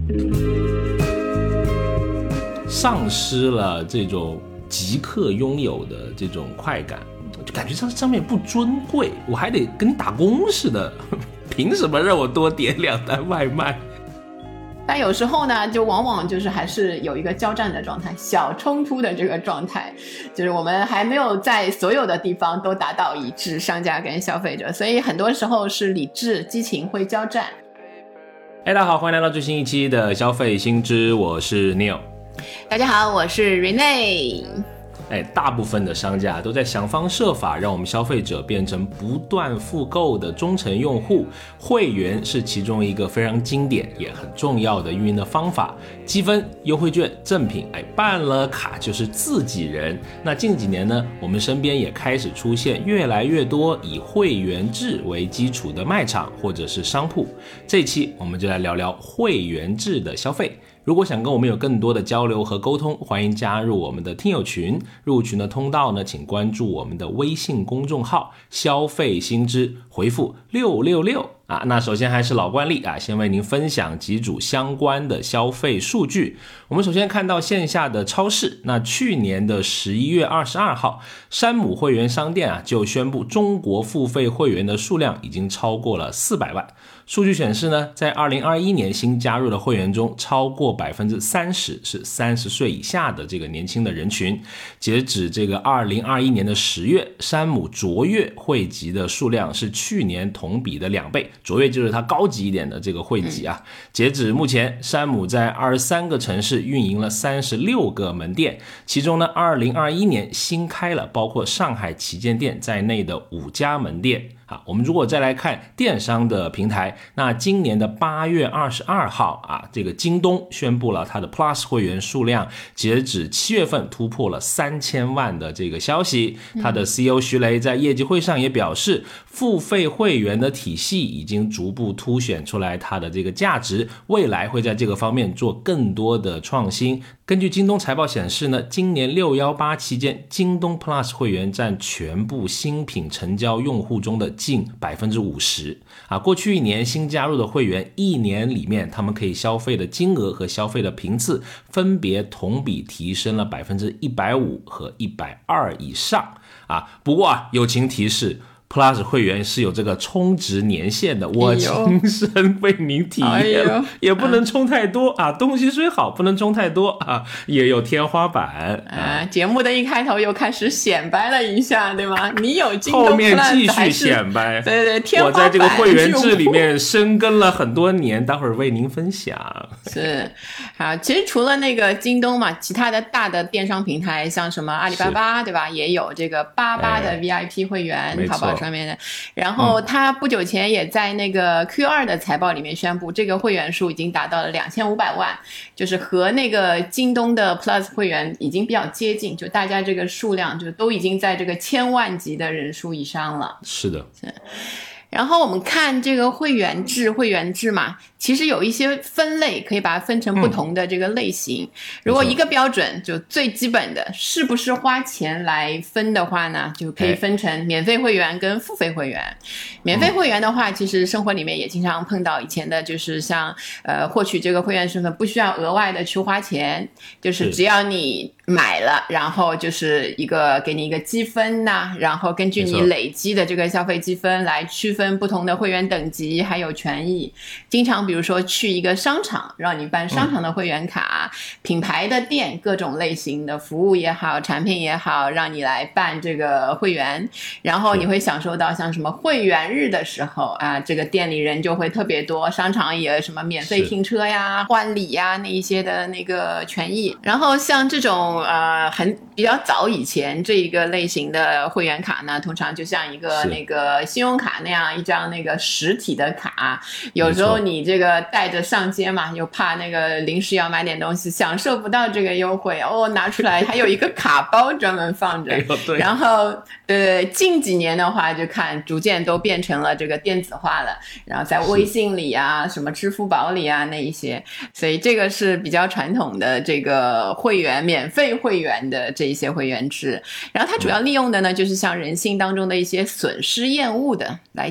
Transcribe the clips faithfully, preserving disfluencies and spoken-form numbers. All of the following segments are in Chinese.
丧失了这种即刻拥有的这种快感，就感觉上上面不尊贵，我还得跟你打工似的，凭什么让我多点两单外卖？ 但有时候呢，就往往就是还是有一个交战的状态，小冲突的这个状态，就是我们还没有在所有的地方都达到一致，商家跟消费者，所以很多时候是理智激情会交战。 哎，大家好，欢迎来到最新一期的消费新知，我是 Neil。 大家好，我是 Renee。 哎，大部分的商家都在想方设法让我们消费者变成不断复购的忠诚用户，会员是其中一个非常经典也很重要的运营的方法。积分、优惠券、赠品，哎，办了卡就是自己人。那近几年呢，我们身边也开始出现越来越多以会员制为基础的卖场或者是商铺。这期我们就来聊聊会员制的消费。如果想跟我们有更多的交流和沟通，欢迎加入我们的听友群。入群的通道呢，请关注我们的微信公众号消费新知，回复六六六啊。那首先还是老惯例啊，先为您分享几组相关的消费数据。我们首先看到线下的超市，那去年的十一月二十二号，山姆会员商店啊就宣布中国付费会员的数量已经超过了四百万。数据显示呢，在二零二一年新加入的会员中，超过百分之三十是三十岁以下的这个年轻的人群。截止这个二零二一年的十月，山姆卓越会籍的数量是去年同比的两倍。卓越就是它高级一点的这个会籍啊。截止目前，山姆在二十三个城市运营了三十六个门店，其中呢，二零二一年新开了包括上海旗舰店在内的五家门店。啊，我们如果再来看电商的平台，那今年的八月二十二号啊，这个京东宣布了它的 Plus 会员数量截止七月份突破了三千万的这个消息。它的 C E O 徐雷在业绩会上也表示，付费会员的体系已经逐步凸显出来它的这个价值，未来会在这个方面做更多的创新。根据京东财报显示呢，今年六一八期间，京东 Plus 会员占全部新品成交用户中的近 百分之五十 啊。过去一年新加入的会员，一年里面他们可以消费的金额和消费的频次分别同比提升了 百分之一百五十 和一百二十以上啊。不过啊，友情提示，Plus 会员是有这个充值年限的，我亲身为您体验，哎、也不能充太多啊。东西虽好，不能充太多啊，也有天花板啊。 啊节目的一开头又开始显摆了一下，对吗？你有京东 Plus 后面继续显摆， 对对，天花板。 我在这个会员制里面深耕了很多年，待会儿为您分享。 是，啊，其实除了那个京东嘛，其他的大的电商平台，像什么阿里巴巴，对吧？也有这个八八的 V I P 会员，哎、淘宝上面的。然后他不久前也在那个 Q 二 的财报里面宣布，这个会员数已经达到了两千五百万，就是和那个京东的 Plus 会员已经比较接近，就大家这个数量就都已经在这个千万级的人数以上了。 是的。 是。然后我们看这个会员制，会员制嘛，其实有一些分类，可以把它分成不同的这个类型。嗯、如果一个标准，就最基本的，是不是花钱来分的话呢，就可以分成免费会员跟付费会员。免费会员的话，其实生活里面也经常碰到，以前的就是像呃获取这个会员身份不需要额外的去花钱，就是只要你买了，然后就是一个给你一个积分呐、啊，然后根据你累积的这个消费积分来区分不同的会员等级还有权益。经常比如说去一个商场，让你办商场的会员卡、嗯、品牌的店，各种类型的服务也好，产品也好，让你来办这个会员，然后你会享受到像什么会员日的时候啊，这个店里人就会特别多，商场也什么免费停车呀、换礼呀那一些的那个权益。然后像这种呃很比较早以前这一个类型的会员卡呢，通常就像一个那个信用卡那样一张那个实体的卡，有时候你这个带着上街嘛，又怕那个临时要买点东西享受不到这个优惠哦，拿出来还有一个卡包专门放着、哎、然后对近几年的话就看逐渐都变成了这个电子化了，然后在微信里啊什么支付宝里啊那一些，所以这个是比较传统的这个会员免费会员的这一些会员制。然后它主要利用的呢就是像人性当中的一些损失厌恶的来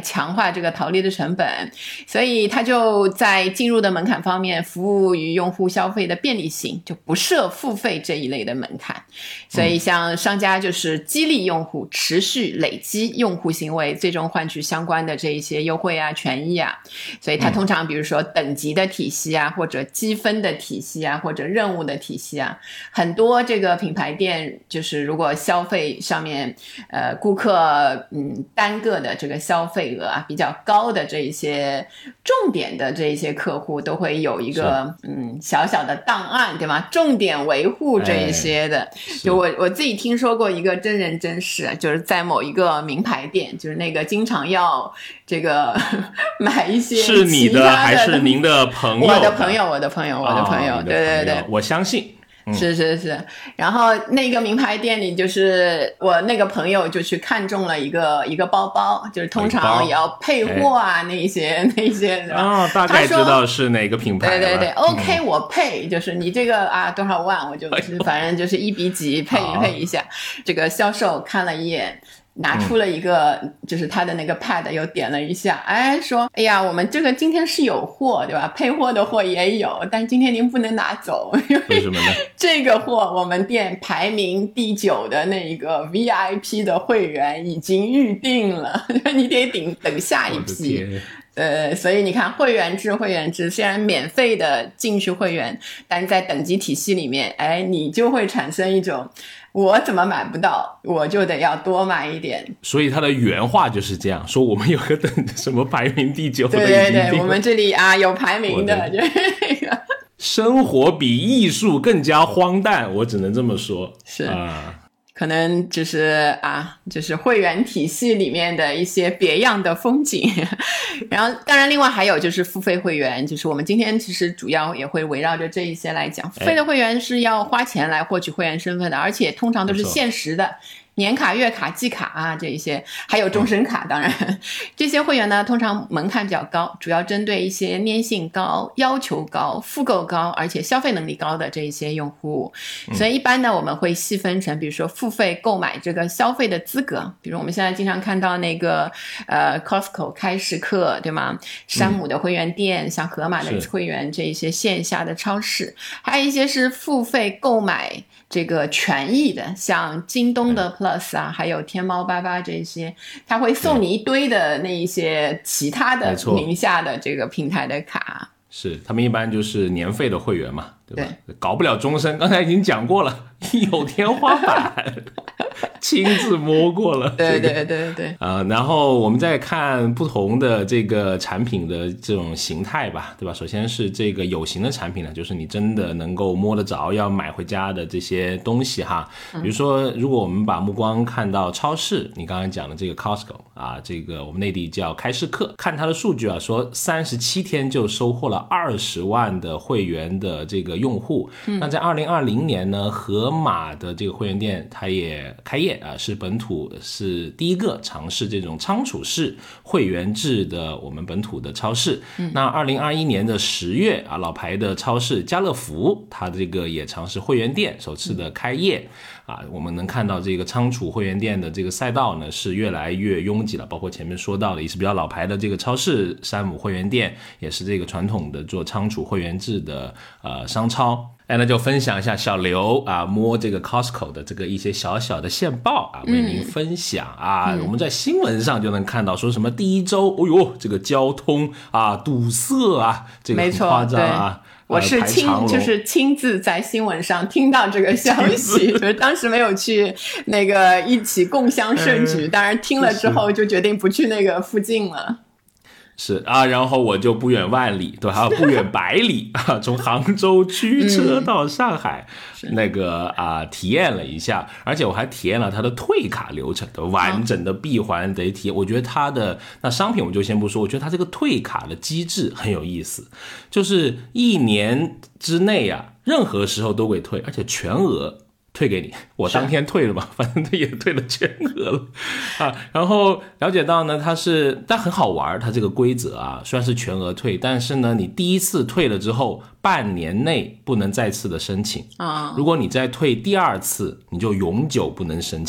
强化这个淘利的成本，所以它就在进入的门槛方面，服务于用户消费的便利性，就不设付费这一类的门槛。所以像商家就是激励用户持续累积用户行为，最终换取相关的这一些优惠啊、权益啊。所以它通常比如说等级的体系啊，或者积分的体系啊，或者任务的体系啊，很多这个品牌店就是如果消费上面呃顾客嗯单个的这个消费额啊比较高的这一些重点的这一些客户都会有一个嗯小小的档案，对吗？重点维护这一些的。哎、就我我自己听说过一个真人真事，就是在某一个名牌店，就是那个经常要这个买一些是你的还是您的朋友的？ 我的朋友，我的朋友，我的朋友，哦、对对对， 我相信。嗯、 是是是，然后那个名牌店里，就是我那个朋友就去看中了一个一个包包，就是通常也要配货啊，那一些、哎、那一些啊、哦，大概知道是哪个品牌了。 对对对 ，OK，、嗯、我配，就是你这个啊多少万，我就、哎、反正就是一比几配一配一下。这个销售看了一眼。拿出了一个、嗯、就是他的那个 pad 又点了一下，哎说哎呀我们这个今天是有货对吧，配货的货也有，但是今天您不能拿走。 为什么呢？这个货我们店排名第九的那一个 V I P 的会员已经预定了，你得等等下一批。呃，所以你看会员制会员制虽然免费的进去会员，但是在等级体系里面，哎你就会产生一种我怎么买不到，我就得要多买一点。 所以他的原话就是这样说，我们有个等什么排名第九的， 对对对，我们这里啊有排名的，就是那个生活比艺术更加荒诞，我只能这么说。 是啊， 可能就是啊，就是会员体系里面的一些别样的风景。然后当然另外还有就是付费会员，就是我们今天其实主要也会围绕着这一些来讲。付费的会员是要花钱来获取会员身份的，而且通常都是限时的。年卡、月卡、季卡啊，这一些还有终身卡，当然这些会员呢通常门槛比较高，主要针对一些粘性高、要求高、复购高而且消费能力高的这一些用户。所以一般呢我们会细分成比如说付费购买这个消费的资格，比如我们现在经常看到那个呃 Costco 开市客对吗，山姆的会员店、嗯、像盒马的会员这一些线下的超市，还有一些是付费购买这个权益的，像京东的 Plus 啊，还有天猫八八这些，它会送你一堆的那一些其他的名下的这个平台的卡。 是，他们一般就是年费的会员嘛，对吧？对，搞不了终身，刚才已经讲过了，有天花板。亲自摸过了、 这个、对对对对啊、呃，然后我们再看不同的这个产品的这种形态吧，对吧？首先是这个有形的产品呢，就是你真的能够摸得着要买回家的这些东西哈。比如说如果我们把目光看到超市，你刚才讲的这个 Costco 啊，这个我们内地叫开市客，看它的数据啊，说三十七天就收获了二十万的会员的这个用户、嗯、那在二零二零年呢，盒马的这个会员店它也开业啊，是本土是第一个尝试这种仓储式会员制的我们本土的超市、嗯、那二零二一年的十月啊，老牌的超市家乐福它这个也尝试会员店首次的开业、嗯、啊，我们能看到这个仓储会员店的这个赛道呢是越来越拥挤了，包括前面说到的也是比较老牌的这个超市山姆会员店，也是这个传统的做仓储会员制的呃商超。哎，那就分享一下小刘啊摸这个 Costco 的这个一些小小的线报啊，为您分享啊、嗯。我们在新闻上就能看到说什么第一周，哦呦，这个交通啊堵塞啊，这个很夸张啊。 我是亲、呃、就是亲自在新闻上听到这个消息，就是当时没有去那个一起共襄盛举，当然听了之后就决定不去那个附近了。 是啊，然后我就不远万里，对，还有不远百里啊，从杭州驱车到上海，嗯、那个啊体验了一下，而且我还体验了它的退卡流程的完整的闭环得体验。我觉得它的那商品我就先不说，我觉得它这个退卡的机制很有意思，就是一年之内啊，任何时候都可以退，而且全额退给你，我当天退了嘛，反正也退了全额了啊。然后了解到呢，它是但很好玩，它这个规则啊，虽然是全额退，但是呢，你第一次退了之后，半年内不能再次的申请啊。如果你再退第二次，你就永久不能申请。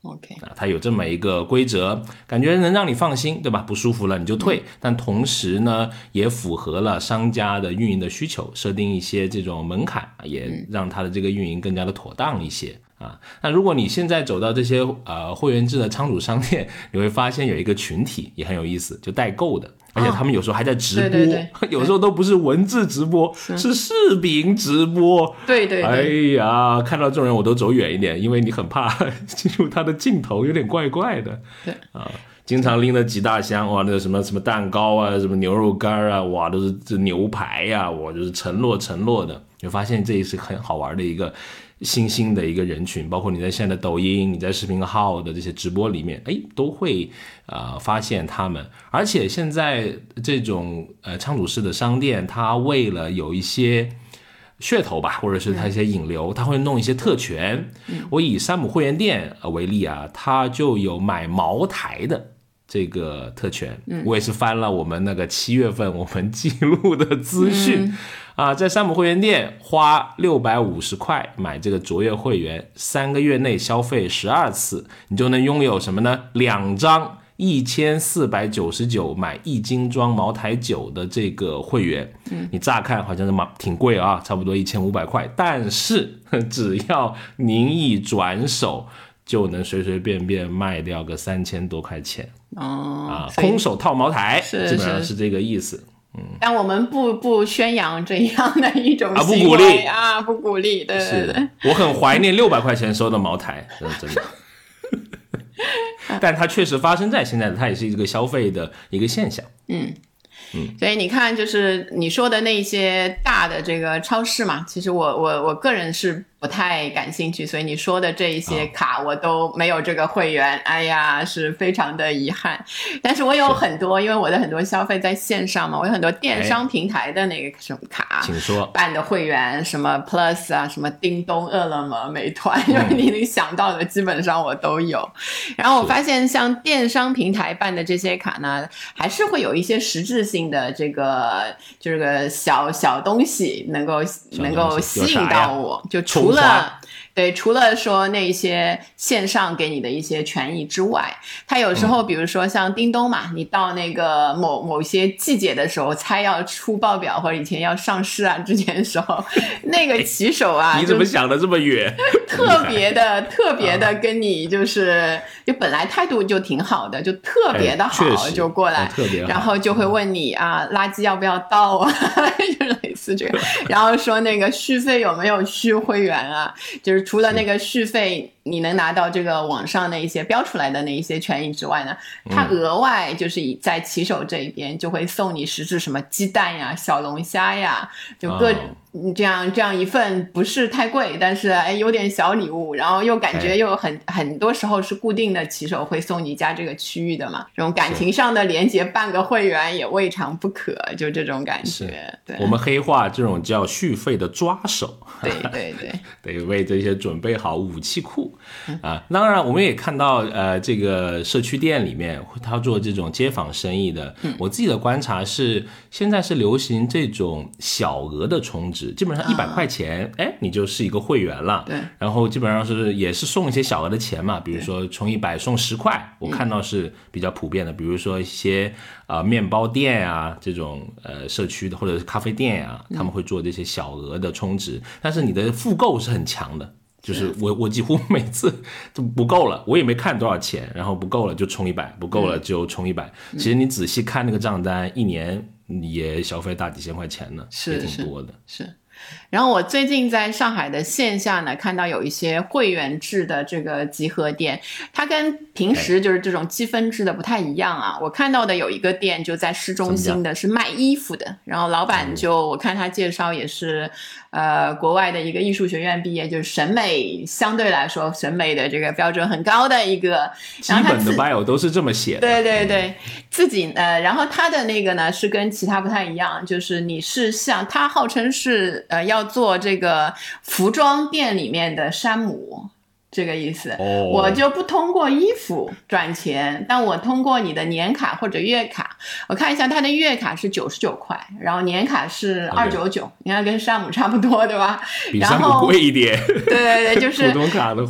OK， 啊，它有这么一个规则，感觉能让你放心，对吧？不舒服了你就退，嗯、但同时呢，也符合了商家的运营的需求，设定一些这种门槛，也让它的这个运营更加的妥当一些。啊，那如果你现在走到这些呃会员制的仓主商店，你会发现有一个群体也很有意思，就代购的，而且他们有时候还在直播，哦、对对对有时候都不是文字直播，是, 是视频直播。 对对对， 哎呀，看到这种人我都走远一点，因为你很怕进入他的镜头，有点怪怪的。 对啊。经常拎了几大箱，哇，那个什么什么蛋糕啊，什么牛肉干啊，哇，都是这牛排呀、啊，哇，就是承诺承诺的。你会发现这也是很好玩的一个新兴的一个人群，包括你在现在的抖音、你在视频号的这些直播里面，哎，都会呃发现他们。而且现在这种呃仓主式的商店，它为了有一些噱头吧，或者是它一些引流，它会弄一些特权。我以山姆会员店为例啊，它就有买茅台的这个特权，嗯、我也是翻了我们那个七月份我们记录的资讯、嗯、啊，在山姆会员店花六百五十块买这个卓越会员，三个月内消费十二次，你就能拥有什么呢？两张一千四百九十九买一斤装茅台酒的这个会员，嗯、你乍看好像是挺贵啊，差不多一千五百块，但是只要您一转手，就能随随便便卖掉个三千多块钱。 哦， 啊，空手套茅台，基本上是这个意思。嗯， 但我们不不宣扬这样的一种行为啊， 不鼓励啊，不鼓励。对对对， 我很怀念六百块钱收的茅台，真的。但它确实发生在现在的，它也是一个消费的一个现象。 嗯。嗯，所以你看，就是你说的那些大的这个超市嘛，其实我我我个人是不太感兴趣，所以你说的这一些卡我都没有这个会员，哎呀，是非常的遗憾。但是我有很多，因为我的很多消费在线上嘛，我有很多电商平台的那个什么卡， 请说办的会员，什么 Plus 啊，什么叮咚、饿了么、美团，因为你能想到的基本上我都有。然后我发现像电商平台办的这些卡呢，还是会有一些实质性的这个这个小小东西能够能够吸引到我，就除了对除了说那些线上给你的一些权益之外，它有时候比如说像叮咚嘛，你到那个某某些季节的时候，猜要出报表或者以前要上市啊之前的时候，那个骑手啊， 你怎么想的这么远？ 特别的特别的跟你就是就本来态度就挺好的，就特别的好，就过来， 特别好， 然后就会问你啊，垃圾要不要倒啊，就是类似这个，然后说那个续费有没有续会员啊，就是除了那个续费你能拿到这个网上的一些标出来的那一些权益之外呢，它额外就是在骑手这一边就会送你实质什么鸡蛋呀、小龙虾呀，就各、哦、这样这样一份不是太贵，但是哎有点小礼物，然后又感觉又很很多时候是固定的骑手会送你家这个区域的嘛，这种感情上的连结，办个会员也未尝不可，就这种感觉。对， 我们黑话这种叫续费的抓手， 对对对， 得为这些准备好武器库啊。当然我们也看到呃这个社区店里面他做这种街坊生意的、嗯、我自己的观察是现在是流行这种小额的充值，基本上一百块钱哎、啊，你就是一个会员了。 对， 然后基本上是也是送一些小额的钱嘛，比如说充一百送十块，我看到是比较普遍的。比如说一些呃面包店啊，这种呃社区的或者是咖啡店啊，他们会做这些小额的充值，但是你的复购是很强的。就是我我几乎每次都不够了，我也没看多少钱，然后不够了就充一百，不够了就充一百、嗯。其实你仔细看那个账单，一年也消费大几千块钱呢， 是也挺多的。 是。是然后我最近在上海的线下呢，看到有一些会员制的这个集合店，它跟平时就是这种积分制的不太一样啊。我看到的有一个店就在市中心的，是卖衣服的，然后老板就我看他介绍也是呃国外的一个艺术学院毕业，就是审美相对来说审美的这个标准很高的一个， 基本的 bio 都是这么写的。 对对对，自己呃，然后他的那个呢是跟其他不太一样，就是你是像他号称是呃要做这个服装店里面的山姆，这个意思、oh. 我就不通过衣服赚钱，但我通过你的年卡或者月卡，我看一下他的月卡是九十九块，然后年卡是二百九十九，你看跟山姆差不多对吧？ 比山姆贵一点。 对对对，就是普通卡的话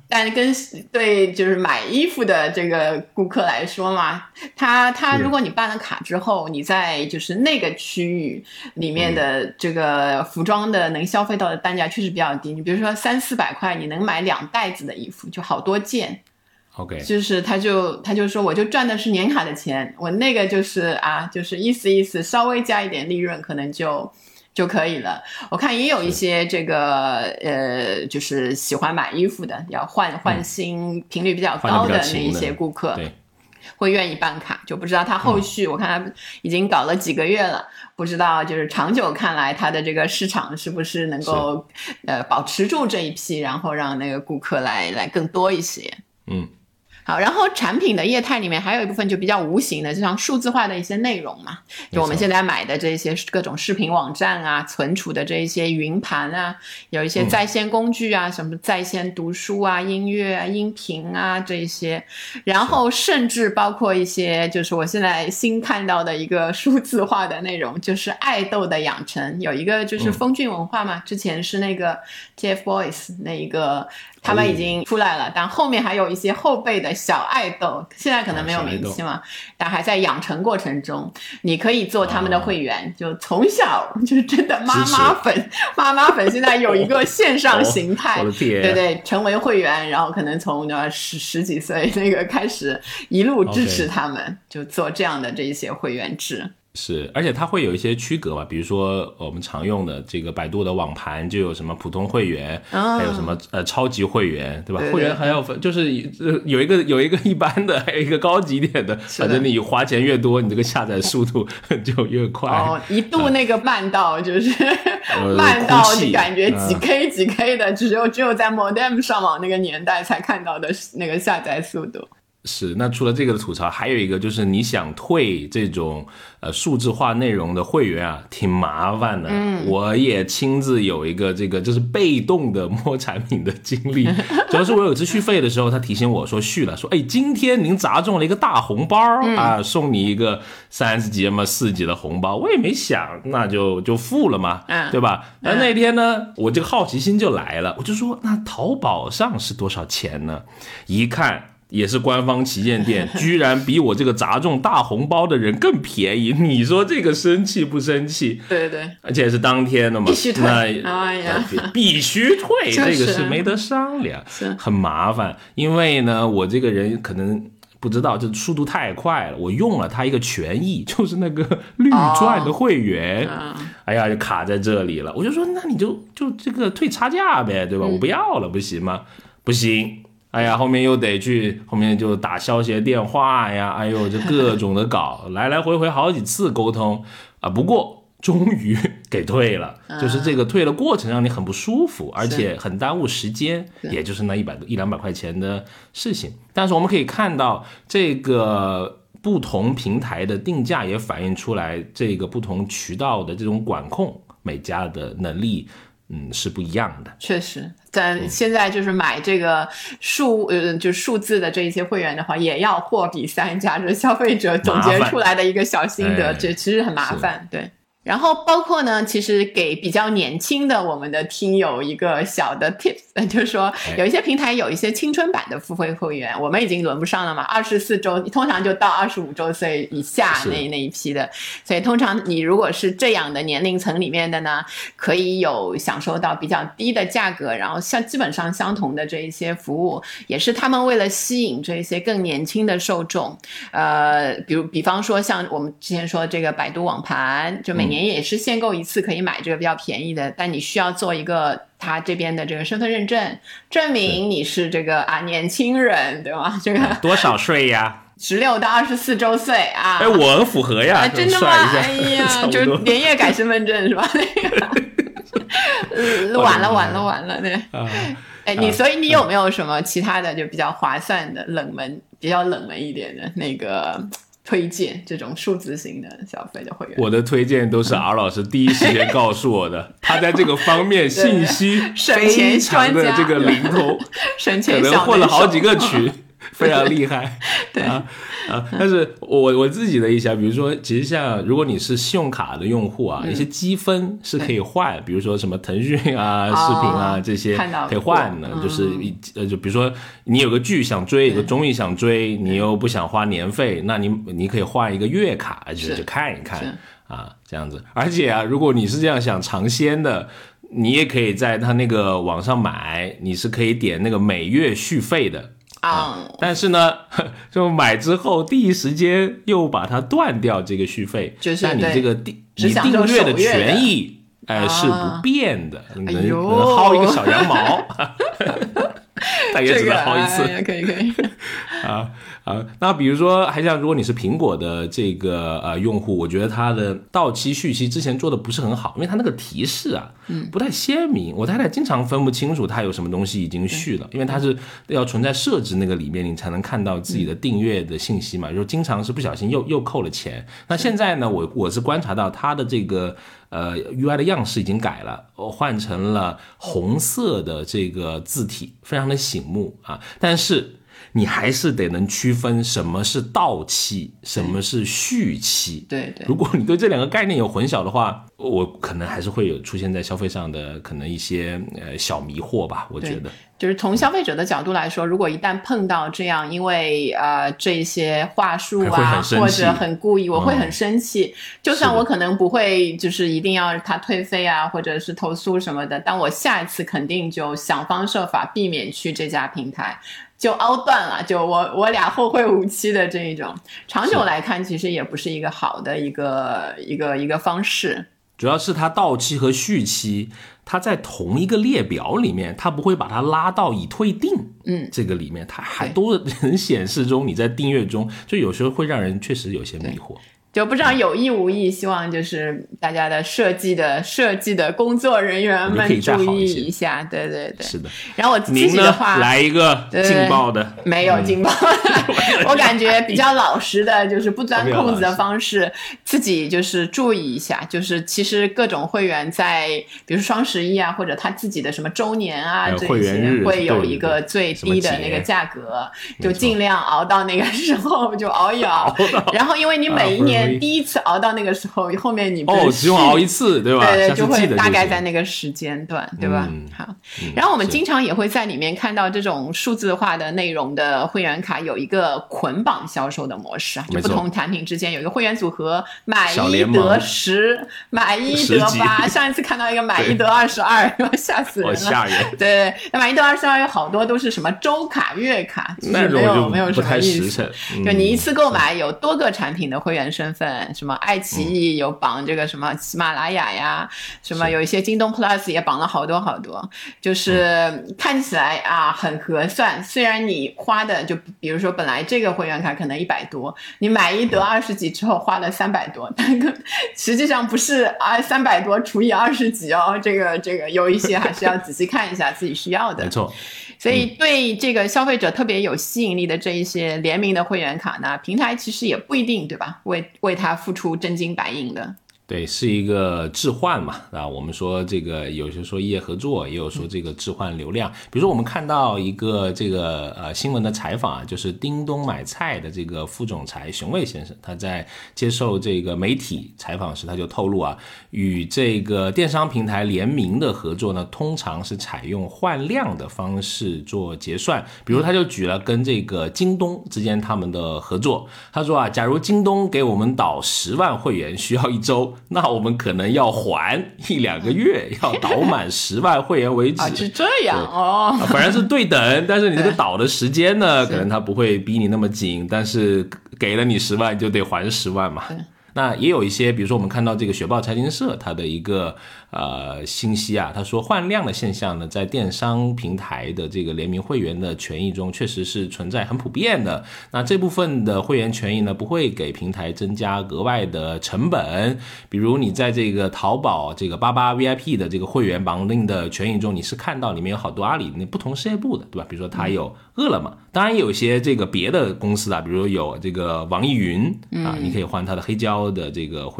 但跟对就是买衣服的这个顾客来说嘛，他他如果你办了卡之后，你在就是那个区域里面的这个服装的能消费到的单价确实比较低。你比如说三四百块，你能买两袋子的衣服，就好多件。 OK， 就是他就他就说，我就赚的是年卡的钱，我那个就是啊，就是意思意思，稍微加一点利润，可能就。就可以了。我看也有一些这个呃，就是喜欢买衣服的，要换换新频率比较高的那一些顾客， 对， 会愿意办卡。就不知道他后续，嗯、我看他已经搞了几个月了，不知道就是长久看来，他的这个市场是不是能够呃保持住这一批，然后让那个顾客来来更多一些。 嗯。 好，然后产品的业态里面还有一部分就比较无形的，就像数字化的一些内容嘛，就我们现在买的这些各种视频网站啊，存储的这一些云盘啊，有一些在线工具啊，嗯、什么在线读书啊、音乐啊、音频啊这一些，然后甚至包括一些就是我现在新看到的一个数字化的内容，就是爱豆的养成，有一个就是风骏文化嘛，嗯、之前是那个 T F Boys 那一个。他们已经出来了，但后面还有一些后辈的小爱豆，现在可能没有名气嘛，但还在养成过程中。你可以做他们的会员，就从小就是真的妈妈粉，妈妈粉现在有一个线上形态， 哦、 对对，成为会员，然后可能从十十几岁那个开始一路支持他们， okay. 就做这样的这一些会员制。 是，而且它会有一些区隔嘛，比如说我们常用的这个百度的网盘就有什么普通会员，哦、还有什么呃超级会员，对吧？对对对，会员还要分，就是有一个有一一般的，还有一个高级点的，反正你花钱越多，你这个下载速度就越快。 哦，一度那个慢到就是、呃、慢到就感觉几 K 几 K 的，只有只有在 modem 上网那个年代才看到的那个下载速度。 是，那除了这个的吐槽，还有一个就是你想退这种呃数字化内容的会员啊，挺麻烦的。嗯，我也亲自有一个这个就是被动的摸产品的经历。主要是我有次续费的时候，他提醒我说续了，说哎，今天您砸中了一个大红包、嗯、啊，送你一个三十级嘛四级的红包。我也没想，那就就付了嘛，嗯、对吧？而那天呢，我这个好奇心就来了，我就说那淘宝上是多少钱呢？一看。也是官方旗舰店，居然比我这个砸中大红包的人更便宜，你说这个生气不生气？ 对对， 而且是当天的嘛， 必须退， 哎呀，必须退，这个是没得商量，很麻烦。因为呢，我这个人可能不知道，这速度太快了，我用了它一个权益，就是那个绿钻的会员，哦、哎呀，就卡在这里了。我就说，那你就就这个退差价呗，对吧？嗯、我不要了，不行吗？不行。哎呀，后面又得去，后面就打消协电话呀，哎呦，这各种的搞，来来回回好几次沟通啊。不过终于给退了，嗯、就是这个退的过程让你很不舒服，而且很耽误时间，也就是那一百一两百块钱的事情。但是我们可以看到，这个不同平台的定价也反映出来，这个不同渠道的这种管控，每家的能力。嗯，是不一样的， 确实。但现在就是买这个数呃，就数字的这一些会员的话，也要货比三家，这消费者总结出来的一个小心得，这其实很麻烦，对。然后包括呢，其实给比较年轻的我们的听友一个小的 tips， 就是说有一些平台有一些青春版的付费会员，我们已经轮不上了嘛，二十四周通常就到二十五周岁以下那那一批的，所以通常你如果是这样的年龄层里面的呢，可以有享受到比较低的价格，然后像基本上相同的这一些服务，也是他们为了吸引这一些更年轻的受众，呃，比如比方说像我们之前说这个百度网盘，就每年也是限购一次可以买这个比较便宜的，但你需要做一个他这边的这个身份认证，证明你是这个啊年轻人，对吗？这个多少岁呀？ 十六到二十四周岁啊！ 哎，我很符合呀， 啊、真的吗？哎呀，就连夜改身份证是吧？那个，呃，完了完了完了，对。啊、哎，你所以你有没有什么其他的就比较划算的冷门、比较冷门一点的那个？推荐这种数字型的消费的会员， 我的推荐都是 R 老师第一时间告诉我的，他在这个方面信息非常的这个灵通， 省钱可能混了好几个群， 非常厉害。 对啊啊！但是我我自己的一想，比如说，其实像如果你是信用卡的用户啊，嗯、一些积分是可以换，比如说什么腾讯啊、视频啊、哦、这些可以换的，嗯、就是呃，就比如说你有个剧想追，有个综艺想追，你又不想花年费，那你你可以换一个月卡，就就看一看啊，这样子。而且啊，如果你是这样想尝鲜的。你也可以在他那个网上买，你是可以点那个每月续费的啊、嗯，但是呢，就买之后第一时间又把它断掉这个续费， 就是但你这个订你订阅的权益，哎、呃、是不变的，你能、哎、能薅一个小羊毛，大约只能薅一次， 这个哎、可以可以啊。啊，那比如说，还像如果你是苹果的这个呃用户，我觉得它的到期续期之前做的不是很好，因为它那个提示啊，嗯，不太鲜明。我太太经常分不清楚它有什么东西已经续了，因为它是要存在设置那个里面，你才能看到自己的订阅的信息嘛。就经常是不小心又又扣了钱。那现在呢，我我是观察到它的这个呃 U I 的样式已经改了，我换成了红色的这个字体，非常的醒目啊，但是。你还是得能区分什么是到期，什么是续期。 对对， 如果你对这两个概念有混淆的话，我可能还是会有出现在消费上的可能一些呃小迷惑吧，我觉得。 就是从消费者的角度来说，如果一旦碰到这样，因为呃这些话术啊，或者很故意，我会很生气。嗯、就算我可能不会，就是一定要他退费啊，或者是投诉什么的，但我下一次肯定就想方设法避免去这家平台。就凹断了，就我我俩后会无期的这一种，长久来看其实也不是一个好的一个一个一个方式。 主要是它到期和续期，它在同一个列表里面，它不会把它拉到已退订，嗯，这个里面它还都能显示中你在订阅中，就有时候会让人确实有些迷惑。 就不知道有意无意，希望就是大家的设计的设计的工作人员们注意一下，对对对， 是的。 然后我自己的话， 来一个劲爆的， 没有劲爆的，嗯、我感觉比较老实的，就是不钻空子的方式，自己就是注意一下。就是其实各种会员在，比如双十一啊，或者他自己的什么周年啊，这些会有一个最低的那个价格，就尽量熬到那个时候就熬一熬。然后因为你每一年。第一次熬到那个时候，后面你哦，只用熬一次，对吧？ 对对，就会大概在那个时间段，对吧？嗯、好、嗯，然后我们经常也会在里面看到这种数字化的内容的会员卡有一个捆绑销售的模式啊，就不同产品之间有一个会员组合，买一得十，买一得八。上一次看到一个买一得二十二，吓死人了， 吓人。 对，那买一得二十二有好多都是什么周卡、月卡，其实没有没有什么意思。 嗯、 就你一次购买有多个产品的会员身份。什么爱奇艺有绑这个什么喜马拉雅呀、嗯、什么有一些京东 Plus 也绑了好多好多，就是看起来啊很合算，虽然你花的就比如说本来这个会员卡可能一百多，你买一得二十几之后花了三百多，但实际上不是啊三百多除以二十几哦，这个这个有一些还是要仔细看一下自己需要的。 没错。 所以对这个消费者特别有吸引力的这一些联名的会员卡呢，平台其实也不一定，对吧？为为它付出真金白银的。 对，是一个置换嘛，啊，我们说这个有些说异业合作，也有说这个置换流量。比如说我们看到一个这个呃新闻的采访啊，就是叮咚买菜的这个副总裁熊卫先生，他在接受这个媒体采访时，他就透露啊，与这个电商平台联名的合作呢，通常是采用换量的方式做结算。比如他就举了跟这个京东之间他们的合作，他说啊，假如京东给我们导十万会员需要一周。那我们可能要还一两个月，要导满十万会员为止。 啊，是这样哦。 反正是对等，但是你这个导的时间呢，可能他不会逼你那么紧，但是给了你十万就得还十万嘛。那也有一些，比如说我们看到这个雪豹财经社它的一个呃信息啊，他说换量的现象呢，在电商平台的这个联名会员的权益中，确实是存在很普遍的。那这部分的会员权益呢，不会给平台增加额外的成本。比如你在这个淘宝这个八八 V I P 的这个会员绑定的权益中，你是看到里面有好多阿里那不同事业部的，对吧？比如说它有饿了么，当然有些这个别的公司啊，比如有这个网易云啊，你可以换它的黑胶的这个会员。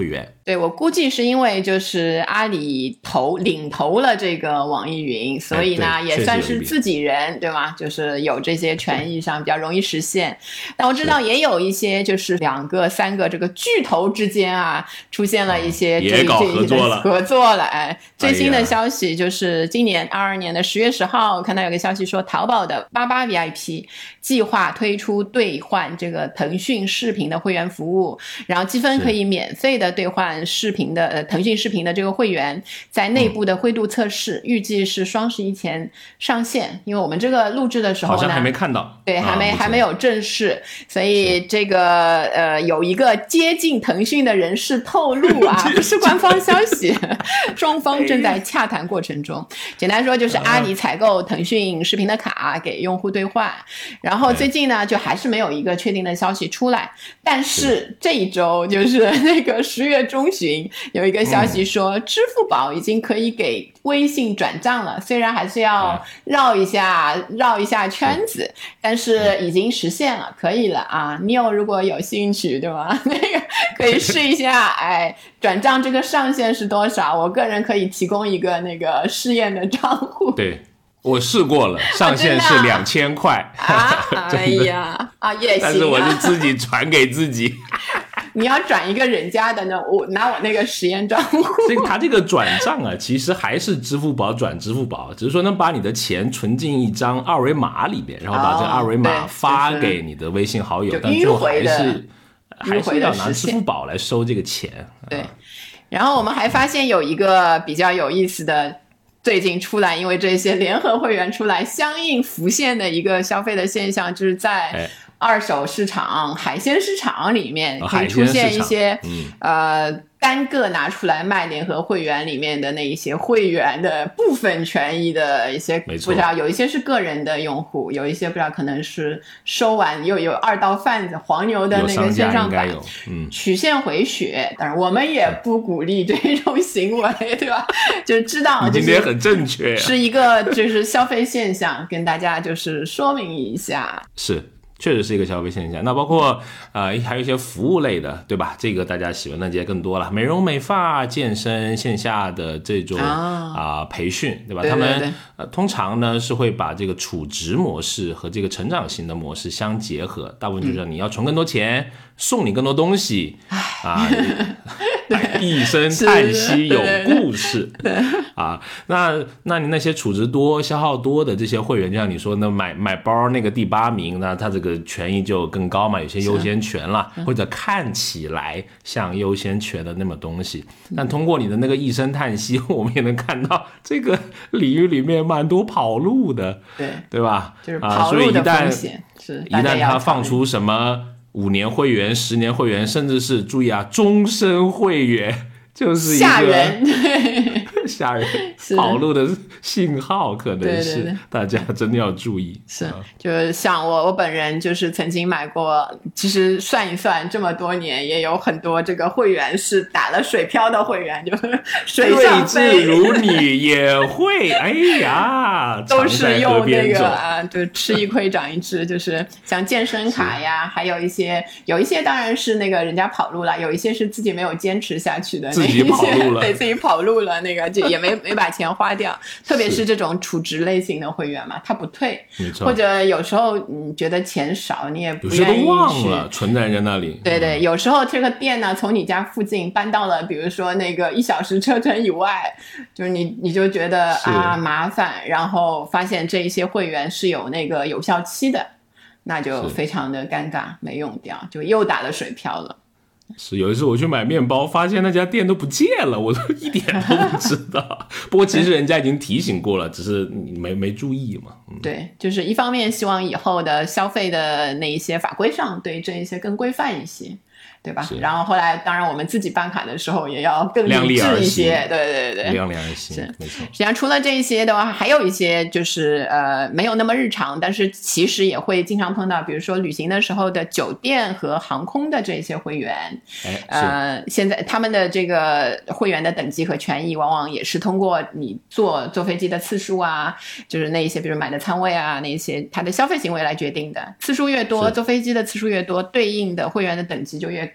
对，我估计是因为就是阿里投领投了这个网易云，所以呢、 哎、 也算是自己人，对吗？就是有这些权益上比较容易实现。但我知道也有一些就是两个三个这个巨头之间啊出现了一些也搞合作了， 合作了。哎，最新的消息就是今年二二年的十月十号，看到有个消息说淘宝的八八 V I P 计划推出兑换这个腾讯视频的会员服务，然后积分可以免费的兑换视频的呃腾讯视频的这个会员，在内部的灰度测试、嗯、预计是双十一前上线。因为我们这个录制的时候呢， 好像还没看到， 对，还没、啊、还没有正式，所以这个呃有一个接近腾讯的人士透露啊，不是官方消息，双方正在洽谈过程中。简单说就是阿里采购腾讯视频的卡给用户兑换，然后最近呢就还是没有一个确定的消息出来，但是这一周就是那个十月中旬有一个消息说，支付宝已经可以给微信转账了，虽然还是要绕一下、嗯、绕一下圈子，但是已经实现了，可以了啊！你有如果有兴趣，对吧？那个可以试一下，哎，转账这个上限是多少？我个人可以提供一个那个试验的账户。 对。我试过了，上限是两千块啊！哎呀，啊也行啊， 但是我是自己传给自己。 你要转一个人家的呢，我拿我那个实验账户。 这个他这个转账啊，其实还是支付宝转支付宝，只是说能把你的钱存进一张二维码里边，然后把这个二维码发给你的微信好友， 哦、 但最后还是还是要拿支付宝来收这个钱。 对，然后我们还发现有一个比较有意思的。最近出来，因为这些联合会员出来，相应浮现的一个消费的现象，就是在二手市场、哎、海鲜市场里面可以出现一些、 嗯、 呃单个拿出来卖联合会员里面的那一些会员的部分权益的一些，不知道有一些是个人的用户，有一些不知道可能是收完又有二道贩子黄牛的那个线上版， 嗯， 曲线回血。当然我们也不鼓励这种行为，对吧？就知道今天很正确、啊， 是一个就是消费现象，跟大家就是说明一下。 是。确实是一个消费现象，那包括呃还有一些服务类的，对吧？这个大家喜闻乐见更多了，美容美发、健身、线下的这种啊、呃、培训，对吧？ 对对对， 他们呃通常呢是会把这个储值模式和这个成长型的模式相结合，大部分就是你要存更多钱，嗯、送你更多东西啊。一声叹息有故事啊，那那你那些储值多消耗多的这些会员，就像你说那买买包那个第八名，那他这个权益就更高嘛，有些优先权啦，或者看起来像优先权的那么东西。但通过你的那个一声叹息，我们也能看到这个领域里面蛮多跑路的， 对对吧？ 就是跑路的风险、啊、是一旦他放出什么五年会员、十年会员，甚至是注意啊，终身会员，就是一个吓人， 吓人跑路的信号，可能是对对对， 大家真的要注意。 是，就是像我我本人就是曾经买过，其实算一算这么多年，也有很多这个会员是打了水漂的会员，就是水上飞。 对，如你也会，哎呀， 都是用那个啊，就吃一亏长一智，就是像健身卡呀，还有一些有一些当然是那个人家跑路了，有一些是自己没有坚持下去的那一些， 自己跑路了， 对，自己跑路了，那个就也没没把钱花掉。特别是这种储值类型的会员嘛，他不退，或者有时候你觉得钱少，你也不愿意去， 有时候忘了存在人家那里。 对对，有时候这个店呢，从你家附近搬到了，比如说那个一小时车程以外，就是你你就觉得啊麻烦，然后发现这一些会员是有那个有效期的，那就非常的尴尬，没用掉，就又打了水漂了。 是有一次我去买面包，发现那家店都不见了，我都一点都不知道。不过其实人家已经提醒过了，只是你没没注意嘛。嗯、 对，就是一方面希望以后的消费的那一些法规上对这一些更规范一些。对吧？然后后来当然我们自己办卡的时候也要更理智一些，对对对， 量力而行， 是没错。 实际上除了这些的话，还有一些就是呃没有那么日常，但是其实也会经常碰到，比如说旅行的时候的酒店和航空的这些会员， 哎， 呃，现在他们的这个会员的等级和权益，往往也是通过你坐坐飞机的次数啊，就是那一些比如买的仓位啊，那一些他的消费行为来决定的。次数越多，坐飞机的次数越多，对应的会员的等级就越高。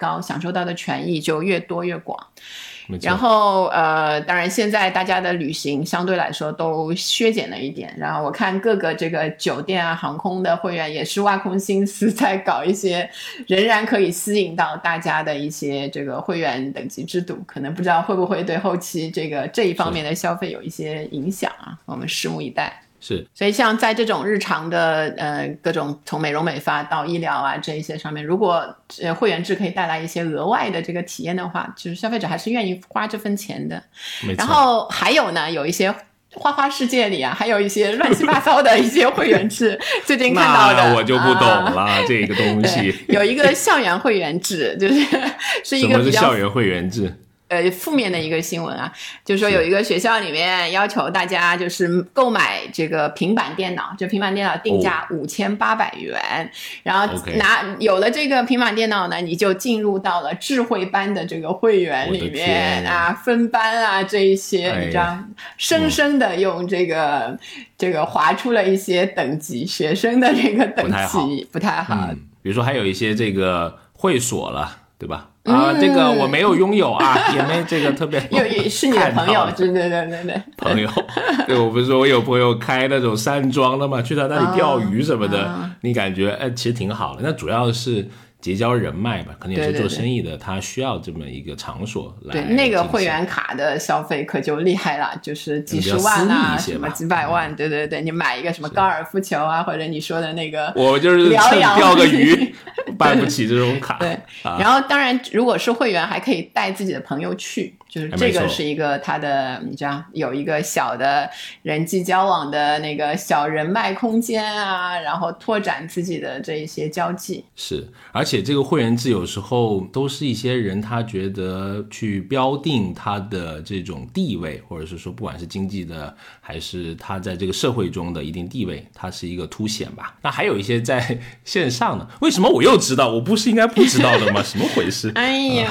高，享受到的权益就越多越广。然后呃，当然现在大家的旅行相对来说都削减了一点，然后我看各个这个酒店啊、航空的会员也是挖空心思在搞一些仍然可以吸引到大家的一些这个会员等级制度，可能不知道会不会对后期这个这一方面的消费有一些影响啊，我们拭目以待。 是， 所以像在这种日常的呃各种从美容美发到医疗啊这一些上面，如果呃会员制可以带来一些额外的这个体验的话，就是消费者还是愿意花这份钱的。 没错。 然后还有呢，有一些花花世界里啊，还有一些乱七八糟的一些会员制，最近看到的那我就不懂了、啊、这个东西。 有一个校园会员制，就是是一个比较什么是校园会员制？ 呃，负面的一个新闻啊，就是说有一个学校里面要求大家就是购买这个平板电脑，这平板电脑定价五千八百元，然后拿有了这个平板电脑呢，你就进入到了智慧班的这个会员里面啊，分班啊这一些，哎、你知道，生生的用这个、嗯、这个划出了一些等级，学生的这个等级不太好。不太好嗯、比如说还有一些这个会所了，对吧？啊、嗯，这个我没有拥有啊，也没这个特别有也是你的朋友，对对对对对， 朋友，对，我不是说我有朋友开那种山庄的嘛，去他那里钓鱼什么的，哦、你感觉哎，其实挺好的。那主要是结交人脉吧，可能也是做生意的，对对对，他需要这么一个场所来。 对，那个会员卡的消费可就厉害了，就是几十万啊，什么几百万，嗯、对对对，你买一个什么高尔夫球啊，或者你说的那个， 我就是趁钓个鱼。办不起这种卡。 对、啊，然后当然如果是会员还可以带自己的朋友去，就是这个是一个他的你知道有一个小的人际交往的那个小人脉空间啊，然后拓展自己的这一些交际。 是，而且这个会员制有时候都是一些人他觉得去标定他的这种地位，或者是说不管是经济的还是他在这个社会中的一定地位，它是一个凸显吧。那还有一些在线上的，为什么我又知道？我不是应该不知道的吗？什么回事？ 哎呀！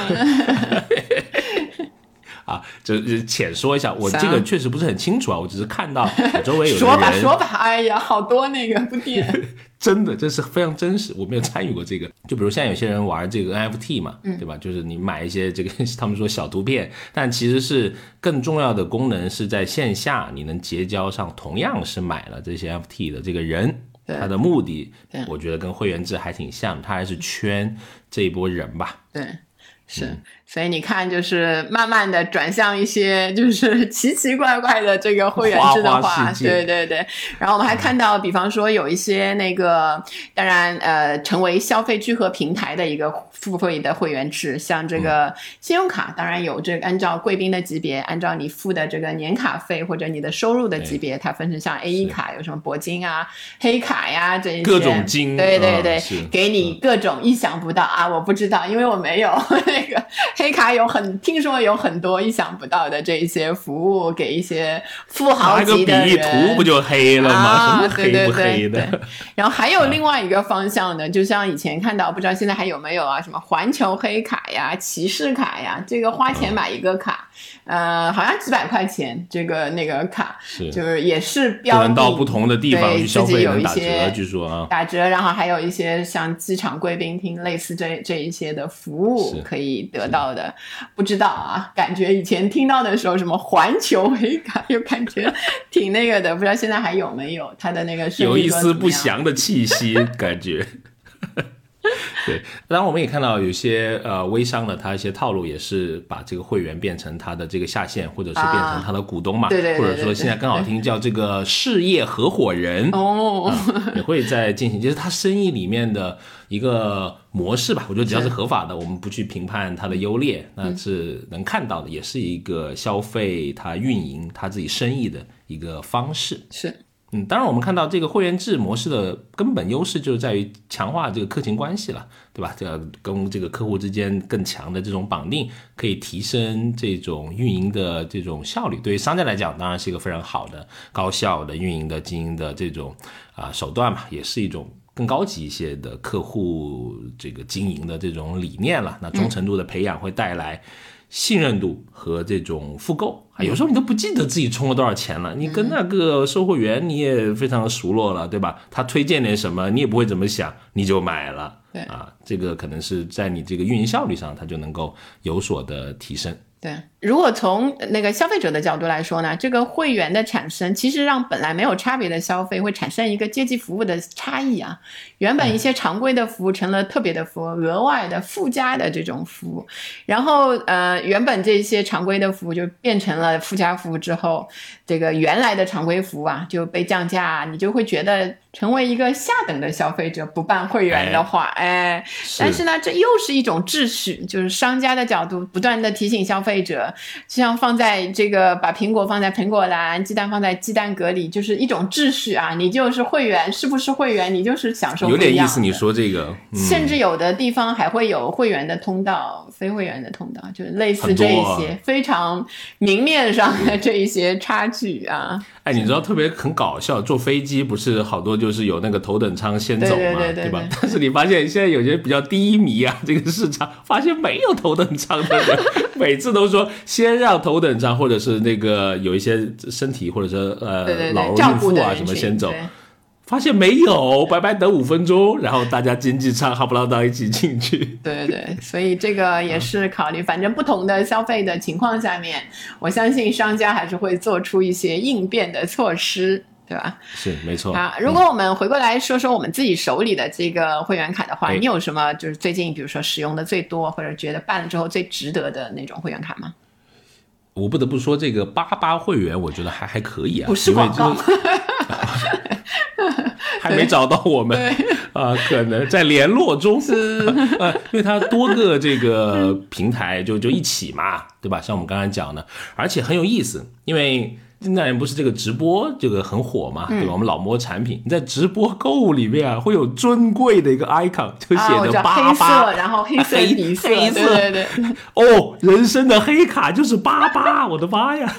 啊，就浅说一下，我这个确实不是很清楚啊，我只是看到我周围有的人说吧说吧，哎呀，好多那个不点， 真的这是非常真实，我没有参与过这个。就比如现在有些人玩这个 N F T 嘛，嗯、对吧？就是你买一些这个他们说小图片，但其实是更重要的功能是在线下你能结交上同样是买了这些 N F T 的这个人。他的目的我觉得跟会员制还挺像，他还是圈这一波人吧。 对，是、嗯、所以你看就是慢慢的转向一些就是奇奇怪怪的这个会员制的话， 花花世界， 对对对。然后我们还看到、嗯、比方说有一些那个当然呃成为消费聚合平台的一个付费的会员制，像这个信用卡、嗯、当然有这个按照贵宾的级别，按照你付的这个年卡费或者你的收入的级别，它分成像 A 一 卡有什么铂金啊黑卡呀这些各种金， 对对对、嗯、给你各种意想不到、嗯、啊我不知道因为我没有那个黑卡有很听说有很多意想不到的这一些服务给一些富豪级的人， 那个比喻图不就黑了吗、啊、什么黑不黑的， 对对对对。然后还有另外一个方向呢、啊、就像以前看到不知道现在还有没有啊，什么环球黑卡呀骑士卡呀，这个花钱买一个卡、嗯、呃，好像几百块钱这个那个卡是就是也是标定到不同的地方去消费能打折，据说啊打折，然后还有一些像机场贵宾厅类似这这一些的服务可以得到的，不知道啊，感觉以前听到的时候什么环球黑卡又感觉挺那个的，不知道现在还有没有它的那个有一丝不祥的气息感觉。对，当然我们也看到有些呃微商的他一些套路也是把这个会员变成他的这个下线，或者是变成他的股东嘛，啊、 对对对对对， 或者说现在更好听叫这个事业合伙人哦、 呃，也会在进行，就是他生意里面的一个模式吧。我觉得只要是合法的，我们不去评判它的优劣，那是能看到的，也是一个消费他运营他自己生意的一个方式。 是。 嗯，当然我们看到这个会员制模式的根本优势就是在于强化这个客情关系了，对吧？这个跟这个客户之间更强的这种绑定，可以提升这种运营的这种效率。对于商家来讲，当然是一个非常好的、高效的运营的经营的这种啊、呃、手段嘛，也是一种更高级一些的客户这个经营的这种理念了。那忠诚度的培养会带来信任度和这种复购，有时候你都不记得自己充了多少钱了，你跟那个售货员你也非常熟络了，对吧？他推荐点什么你也不会怎么想，你就买了。 对啊，这个可能是在你这个运营效率上，它就能够有所的提升。 对，如果从那个消费者的角度来说呢，这个会员的产生其实让本来没有差别的消费会产生一个阶级服务的差异啊。原本一些常规的服务成了特别的服务，额外的附加的这种服务，然后呃，原本这些常规的服务就变成了附加服务之后，这个原来的常规服务啊就被降价，你就会觉得成为一个下等的消费者，不办会员的话，哎，哎但是呢，这又是一种秩序，就是商家的角度不断的提醒消费者，就像放在这个把苹果放在苹果栏，鸡蛋放在鸡蛋格里，就是一种秩序啊。你就是会员，是不是会员，你就是享受不一样的。 有点意思，你说这个， 嗯、甚至有的地方还会有会员的通道，非会员的通道，就是类似这一些、啊、非常明面上的这一些差距啊。 哎，你知道特别很搞笑，坐飞机不是好多就是有那个头等舱先走嘛， 对, 对, 对, 对, 对吧？但是你发现现在有些比较低迷啊，这个市场发现没有头等舱的人，每次都说先让头等舱或者是那个有一些身体或者是呃对对对老人孕妇啊什么先走。发现没有，白白等五分钟，然后大家经济舱哈不拉当一起进去。 对对，所以这个也是考虑，反正不同的消费的情况下面，我相信商家还是会做出一些应变的措施，对吧？ 是，没错。 啊，如果我们回过来说说我们自己手里的这个会员卡的话， 嗯、 你有什么就是最近比如说使用的最多，或者觉得办了之后最值得的那种会员卡吗？ 我不得不说，这个八八会员我觉得还还可以啊， 不是广告。 还没找到我们啊、呃，可能在联络中，呃，因为它多个这个平台就就一起嘛，对吧？像我们刚才讲的，而且很有意思，因为现在不是这个直播这个很火嘛，对吧？嗯、我们老摸产品，你在直播购物里面啊，会有尊贵的一个 icon， 就写着八八、 啊，然后黑色底色， 黑色， 对对对， 哦，人生的黑卡就是八八，我的妈呀！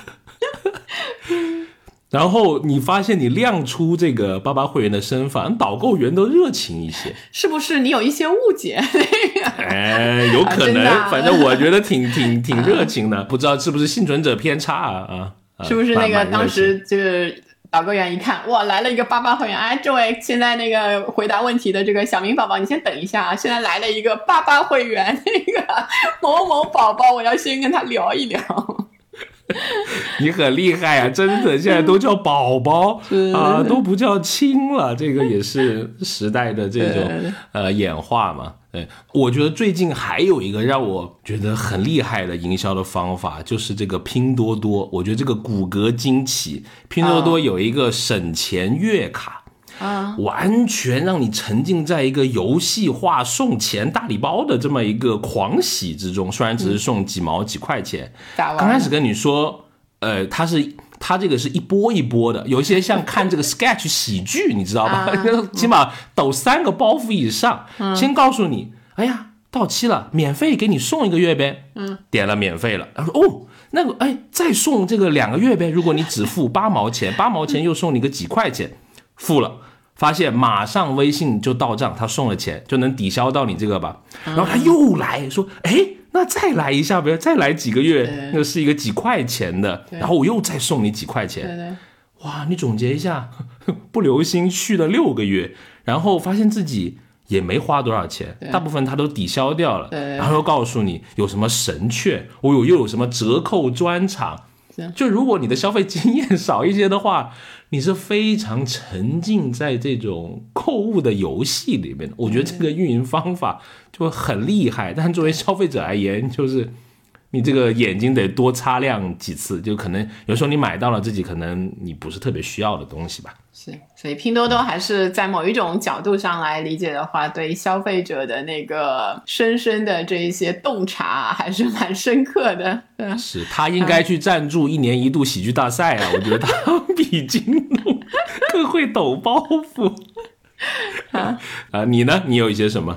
然后你发现你亮出这个八八会员的身份，导购员都热情一些， 是不是你有一些误解？ 哎，有可能，啊啊、反正我觉得挺挺挺热情的，不知道是不是幸存者偏差啊啊？ 是不是那个当时就是导购员一看，哇，来了一个八八会员，哎，这位现在那个回答问题的这个小明宝宝，你先等一下啊，现在来了一个八八会员，那个某某宝宝，我要先跟他聊一聊。 你很厉害啊，真的，现在都叫宝宝啊，都不叫亲了，这个也是时代的这种呃演化嘛。对，我觉得最近还有一个让我觉得很厉害的营销的方法，就是这个拼多多。我觉得这个骨骼惊奇，拼多多有一个省钱月卡。啊，完全让你沉浸在一个游戏化送钱大礼包的这么一个狂喜之中，虽然只是送几毛几块钱。刚开始跟你说，呃，它是它这个是一波一波的，有一些像看这个 sketch 喜剧，你知道吧？起码抖三个包袱以上，先告诉你，哎呀，到期了，免费给你送一个月呗。嗯，点了免费了，然后说哦，那个哎，再送这个两个月呗。如果你只付八毛钱，八毛钱又送你个几块钱。付了，发现马上微信就到账，他送了钱就能抵消到你这个吧。然后他又来说，哎，那再来一下呗，再来几个月，那是一个几块钱的，然后我又再送你几块钱。对对，哇，你总结一下，不留心续了六个月，然后发现自己也没花多少钱，大部分他都抵消掉了，然后又告诉你有什么神券，我有又有什么折扣专场。就如果你的消费经验少一些的话，你是非常沉浸在这种购物的游戏里面的。我觉得这个运营方法就很厉害，但作为消费者而言，就是你这个眼睛得多擦亮几次，就可能有时候你买到了自己可能你不是特别需要的东西吧。 是，所以拼多多还是在某一种角度上来理解的话，对消费者的那个深深的这一些洞察还是蛮深刻的。 是，他应该去赞助一年一度喜剧大赛啊！我觉得他比京东更会抖包袱。啊，啊，你呢？你有一些什么？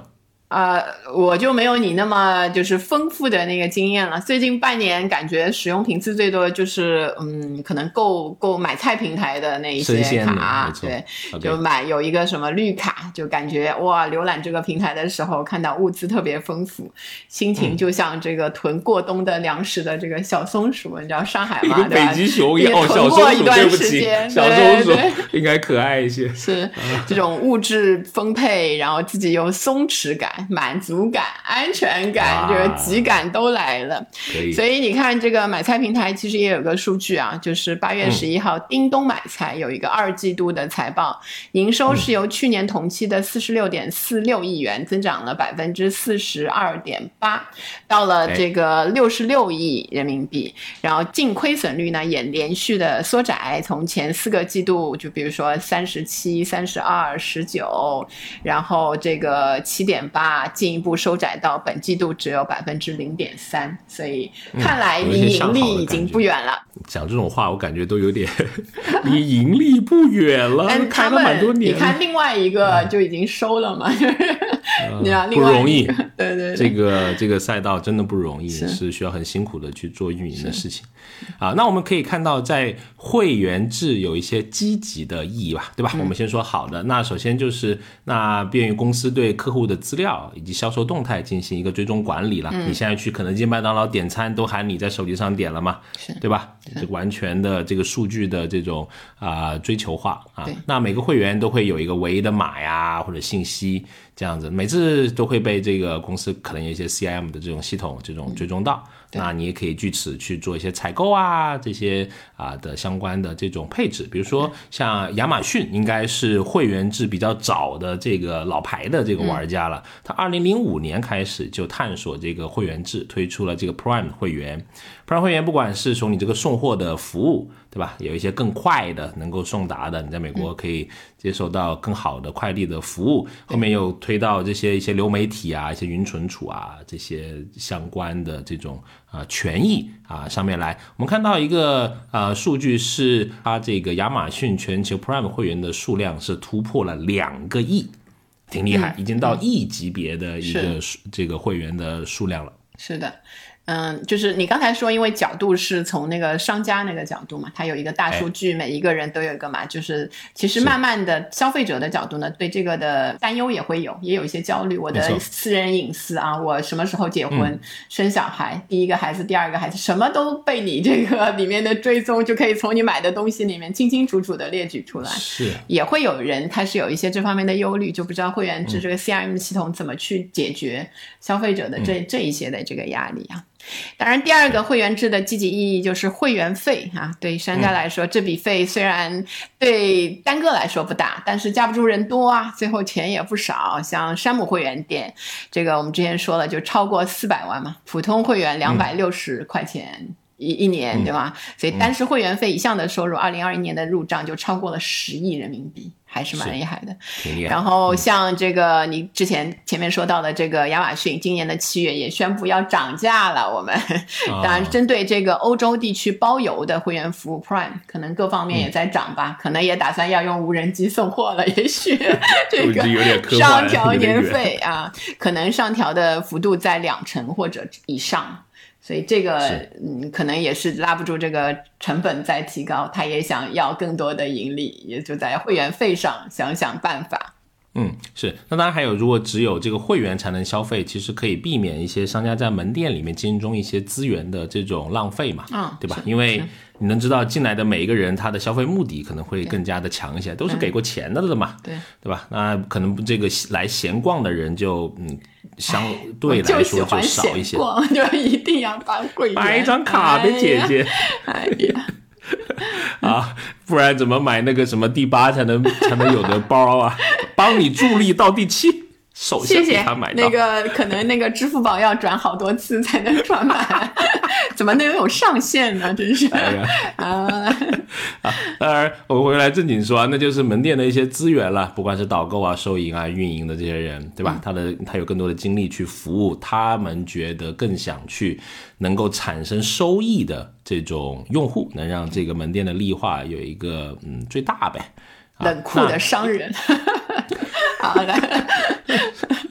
呃，我就没有你那么就是丰富的那个经验了。最近半年感觉使用频次最多的就是，嗯，可能购购买菜平台的那一些卡，对， okay. 就买有一个什么绿卡，就感觉哇，浏览这个平台的时候看到物资特别丰富，心情就像这个囤过冬的粮食的这个小松鼠，你知道上海嘛， 一个北极熊也哦， 囤过一段时间， 小松鼠应该可爱一些， 是这种物质丰沛，然后自己有松弛感。满足感、安全感，这个极感都来了。所以你看，这个买菜平台其实也有个数据啊，就是八月十一号，叮咚买菜有一个二季度的财报，营收是由去年同期的四十六点四六亿元增长了百分之四十二点八，到了这个六十六亿人民币。然后净亏损率呢也连续的缩窄，从前四个季度，就比如说三十七、三十二、十九，然后这个七点八。进一步收窄到本季度只有百分之零点三，所以看来离盈利已经不远了。 嗯、讲这种话，我感觉都有点离盈利不远了。 嗯， 开了蛮多年， 你看另外一个就已经收了嘛，就是嗯、 你知道， 不容易。 对对对， 这个这个赛道真的不容易，是, 是需要很辛苦的去做运营的事情。啊，那我们可以看到，在会员制有一些积极的意义吧，对吧？嗯、我们先说好的，那首先就是那便于公司对客户的资料以及销售动态进行一个追踪管理了。嗯、你现在去肯德基、麦当劳点餐都喊你在手机上点了嘛，对吧？这完全的这个数据的这种啊、呃、追求化啊，那每个会员都会有一个唯一的码呀或者信息。这样子每次都会被这个公司可能有一些 C I M 的这种系统这种追踪到，嗯、那你也可以据此去做一些采购啊这些啊的相关的这种配置。比如说像亚马逊应该是会员制比较早的这个老牌的这个玩家了，它二零零五年开始就探索这个会员制，推出了这个 Prime 会员。Prime 会员不管是从你这个送货的服务，对吧？有一些更快的能够送达的，你在美国可以接受到更好的快递的服务，后面又推到这些一些流媒体啊、一些云存储啊这些相关的这种啊、呃、权益啊上面来。我们看到一个啊、呃、数据是它这个亚马逊全球 Prime 会员的数量是突破了两个亿，挺厉害，嗯、已经到亿级别的一个这个会员的数量了。 是的。嗯，就是你刚才说，因为角度是从那个商家那个角度嘛，它有一个大数据，每一个人都有一个嘛，就是其实慢慢的消费者的角度呢，对这个的担忧也会有，也有一些焦虑。我的私人隐私啊，我什么时候结婚、嗯、生小孩，第一个孩子、第二个孩子，什么都被你这个里面的追踪，就可以从你买的东西里面清清楚楚的列举出来。 是， 也会有人他是有一些这方面的忧虑，就不知道会员制这个 C R M 系统怎么去解决消费者的这、嗯、这一些的这个压力啊。当然第二个会员制的积极意义就是会员费啊，对商家来说、嗯、这笔费虽然对单个来说不大，但是架不住人多啊，最后钱也不少。像山姆会员店这个我们之前说了就超过四百万嘛，普通会员两百六十块钱一、嗯、一年，对吧？所以单是会员费一项的收入二零二一年的入账就超过了十亿人民币，还是蛮厉害的。然后像这个你之前前面说到的这个亚马逊今年的七月也宣布要涨价了，我们当然针对这个欧洲地区包邮的会员服务 Prime 可能各方面也在涨吧、嗯、可能也打算要用无人机送货了，也许这个上调年费啊，可能上调的幅度在两成或者以上，所以这个嗯，可能也是拉不住这个成本在提高，他也想要更多的盈利，也就在会员费上想想办法。 嗯，是。那当然还有，如果只有这个会员才能消费，其实可以避免一些商家在门店里面经营中一些资源的这种浪费嘛，嗯，对吧？因为你能知道进来的每一个人他的消费目的可能会更加的强一些，都是给过钱的了嘛，对对吧？那可能这个来闲逛的人就嗯相对来说就少一些， 就一定要办会员， 买一张卡的姐姐， 哎呀。哎呀啊，不然怎么买那个什么第八才能才能有的包啊？帮你助力到第七，首先给他买到。 谢谢。那个可能那个支付宝要转好多次才能转满，怎么能有上限呢？真是。哎呀啊啊！当然，我回来正经说啊，那就是门店的一些资源了，不管是导购啊、收银啊、运营的这些人，对吧？嗯、他的他有更多的精力去服务，他们觉得更想去能够产生收益的这种用户，能让这个门店的利化有一个嗯最大呗。 冷酷的商人。好的。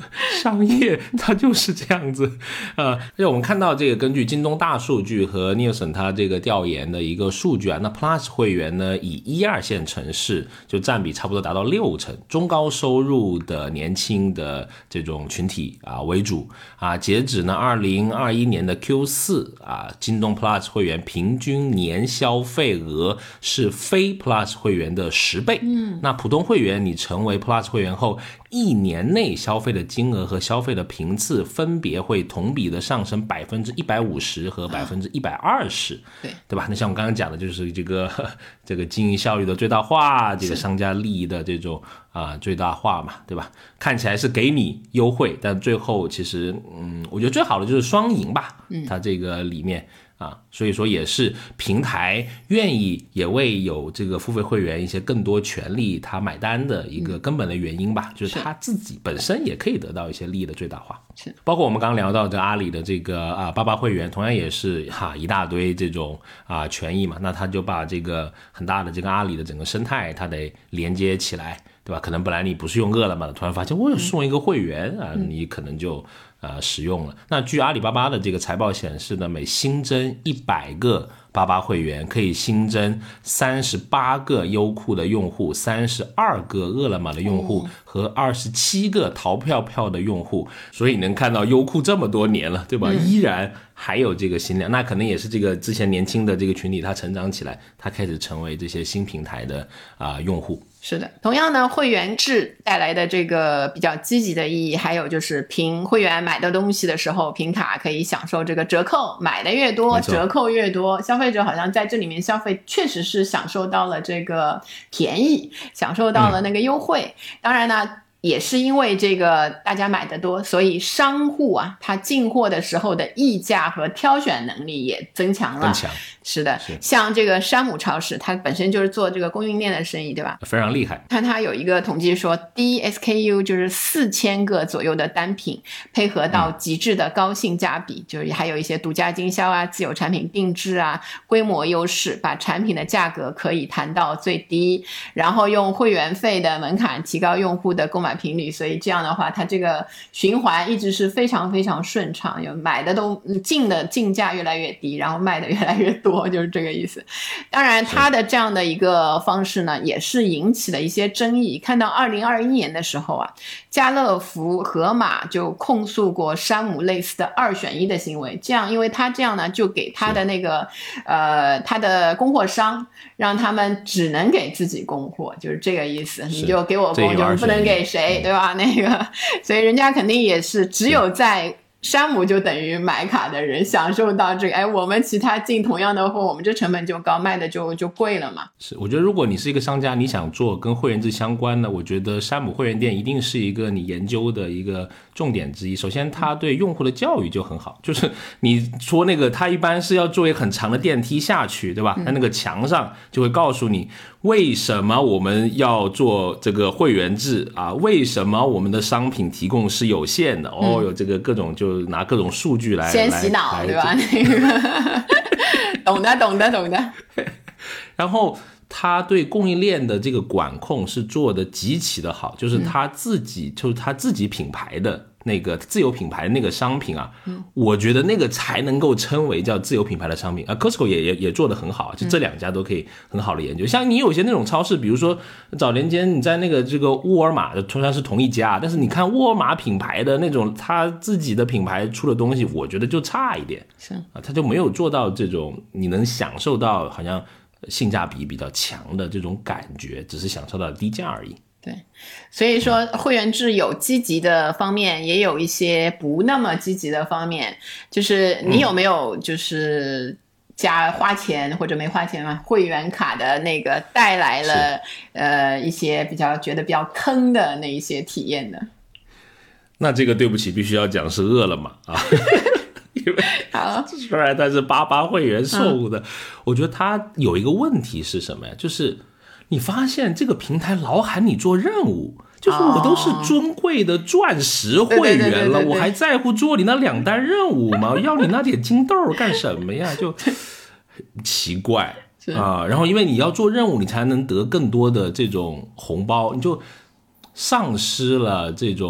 商业，它就是这样子。呃，而且我们看到这个根据京东大数据和 Nielsen 它这个调研的一个数据啊，那 Plus 会员呢，以一二线城市就占比差不多达到六成，中高收入的年轻的这种群体啊为主啊。截止呢二零二一年的 Q 四 啊，京东 Plus 会员平均年消费额是非 Plus 会员的十倍。嗯，那普通会员你成为 Plus 会员后，一年内消费的金额和消费的频次分别会同比的上升百分之一百五十和百分之一百二十，对对吧？那像我刚刚讲的，就是这个这个经营效率的最大化，这个商家利益的这种啊、呃、最大化嘛，对吧？看起来是给你优惠，但最后其实嗯，我觉得最好的就是双赢吧。嗯，它这个里面。啊，所以说也是平台愿意也为有这个付费会员一些更多权利他买单的一个根本的原因吧，嗯、就是他自己本身也可以得到一些利益的最大化。是，包括我们刚刚聊到的阿里的这个啊八八会员，同样也是哈一大堆这种啊权益嘛，那他就把这个很大的这个阿里的整个生态，它得连接起来，对吧？可能本来你不是用饿了么的，突然发现我有送一个会员、嗯、啊，你可能就。呃，使用了。那据阿里巴巴的这个财报显示呢，每新增一百个八八会员，可以新增三十八个优酷的用户，三十二个饿了么的用户和二十七个淘票票的用户。所以能看到优酷这么多年了，对吧？嗯、依然还有这个新量，那可能也是这个之前年轻的这个群体，他成长起来，他开始成为这些新平台的啊、呃、用户。 是的，同样呢，会员制带来的这个比较积极的意义，还有就是凭会员买的东西的时候，凭卡可以享受这个折扣，买的越多，折扣越多，消费者好像在这里面消费确实是享受到了这个便宜，享受到了那个优惠。嗯、当然呢。也是因为这个大家买的多，所以商户啊，他进货的时候的议价和挑选能力也增强了。 更强。 是的，是像这个山姆超市，它本身就是做这个供应链的生意，对吧？ 非常厉害。 看它有一个统计说，低 S K U 就是四千个左右的单品，配合到极致的高性价比，嗯、就是还有一些独家经销啊、自有产品定制啊、规模优势，把产品的价格可以谈到最低，然后用会员费的门槛提高用户的购买频率，所以这样的话，它这个循环一直是非常非常顺畅，有买的都进的进价越来越低，然后卖的越来越多。就是这个意思。当然他的这样的一个方式呢，也是引起了一些争议。看到二零二一年的时候啊，家乐福、盒马就控诉过山姆类似的二选一的行为，这样因为他这样呢，就给他的那个呃他的供货商让他们只能给自己供货，就是这个意思，你就给我供，就不能给谁，对吧？那个所以人家肯定也是只有在山姆就等于买卡的人享受到这个，哎，我们其他进同样的货，我们这成本就高，卖的就就贵了嘛。 是，我觉得如果你是一个商家，你想做跟会员制相关的，我觉得山姆会员店一定是一个你研究的一个重点之一。首先，它对用户的教育就很好，就是你说那个，它一般是要做一个很长的电梯下去，对吧？它那个墙上就会告诉你为什么我们要做这个会员制啊？为什么我们的商品提供是有限的？哦，有这个各种就拿各种数据来先洗脑，对吧？那个懂的，懂的，懂的。 然后他对供应链的这个管控是做的极其的好，就是他自己、嗯、就是他自己品牌的那个自有品牌那个商品啊、嗯，我觉得那个才能够称为叫自有品牌的商品啊。Costco 也也也做得很好，就这两家都可以很好的研究。嗯、像你有些那种超市，比如说早年间你在那个这个沃尔玛的，通常是同一家，但是你看沃尔玛品牌的那种他自己的品牌出的东西，我觉得就差一点，是啊，他就没有做到这种你能享受到好像性价比比较强的这种感觉，只是享受到低价而已。 对，所以说会员制有积极的方面，也有一些不那么积极的方面。就是你有没有就是加花钱或者没花钱嘛？会员卡的那个带来了呃一些比较觉得比较坑的那一些体验呢？ 那这个对不起，必须要讲是饿了么啊。因为虽然它是八八会员售的、嗯、我觉得它有一个问题是什么呀？就是你发现这个平台老喊你做任务，就是我都是尊贵的钻石会员了，我还在乎做你那两单任务吗？要你那点金豆干什么呀？就奇怪啊。然后因为你要做任务，你才能得更多的这种红包，你就丧失了这种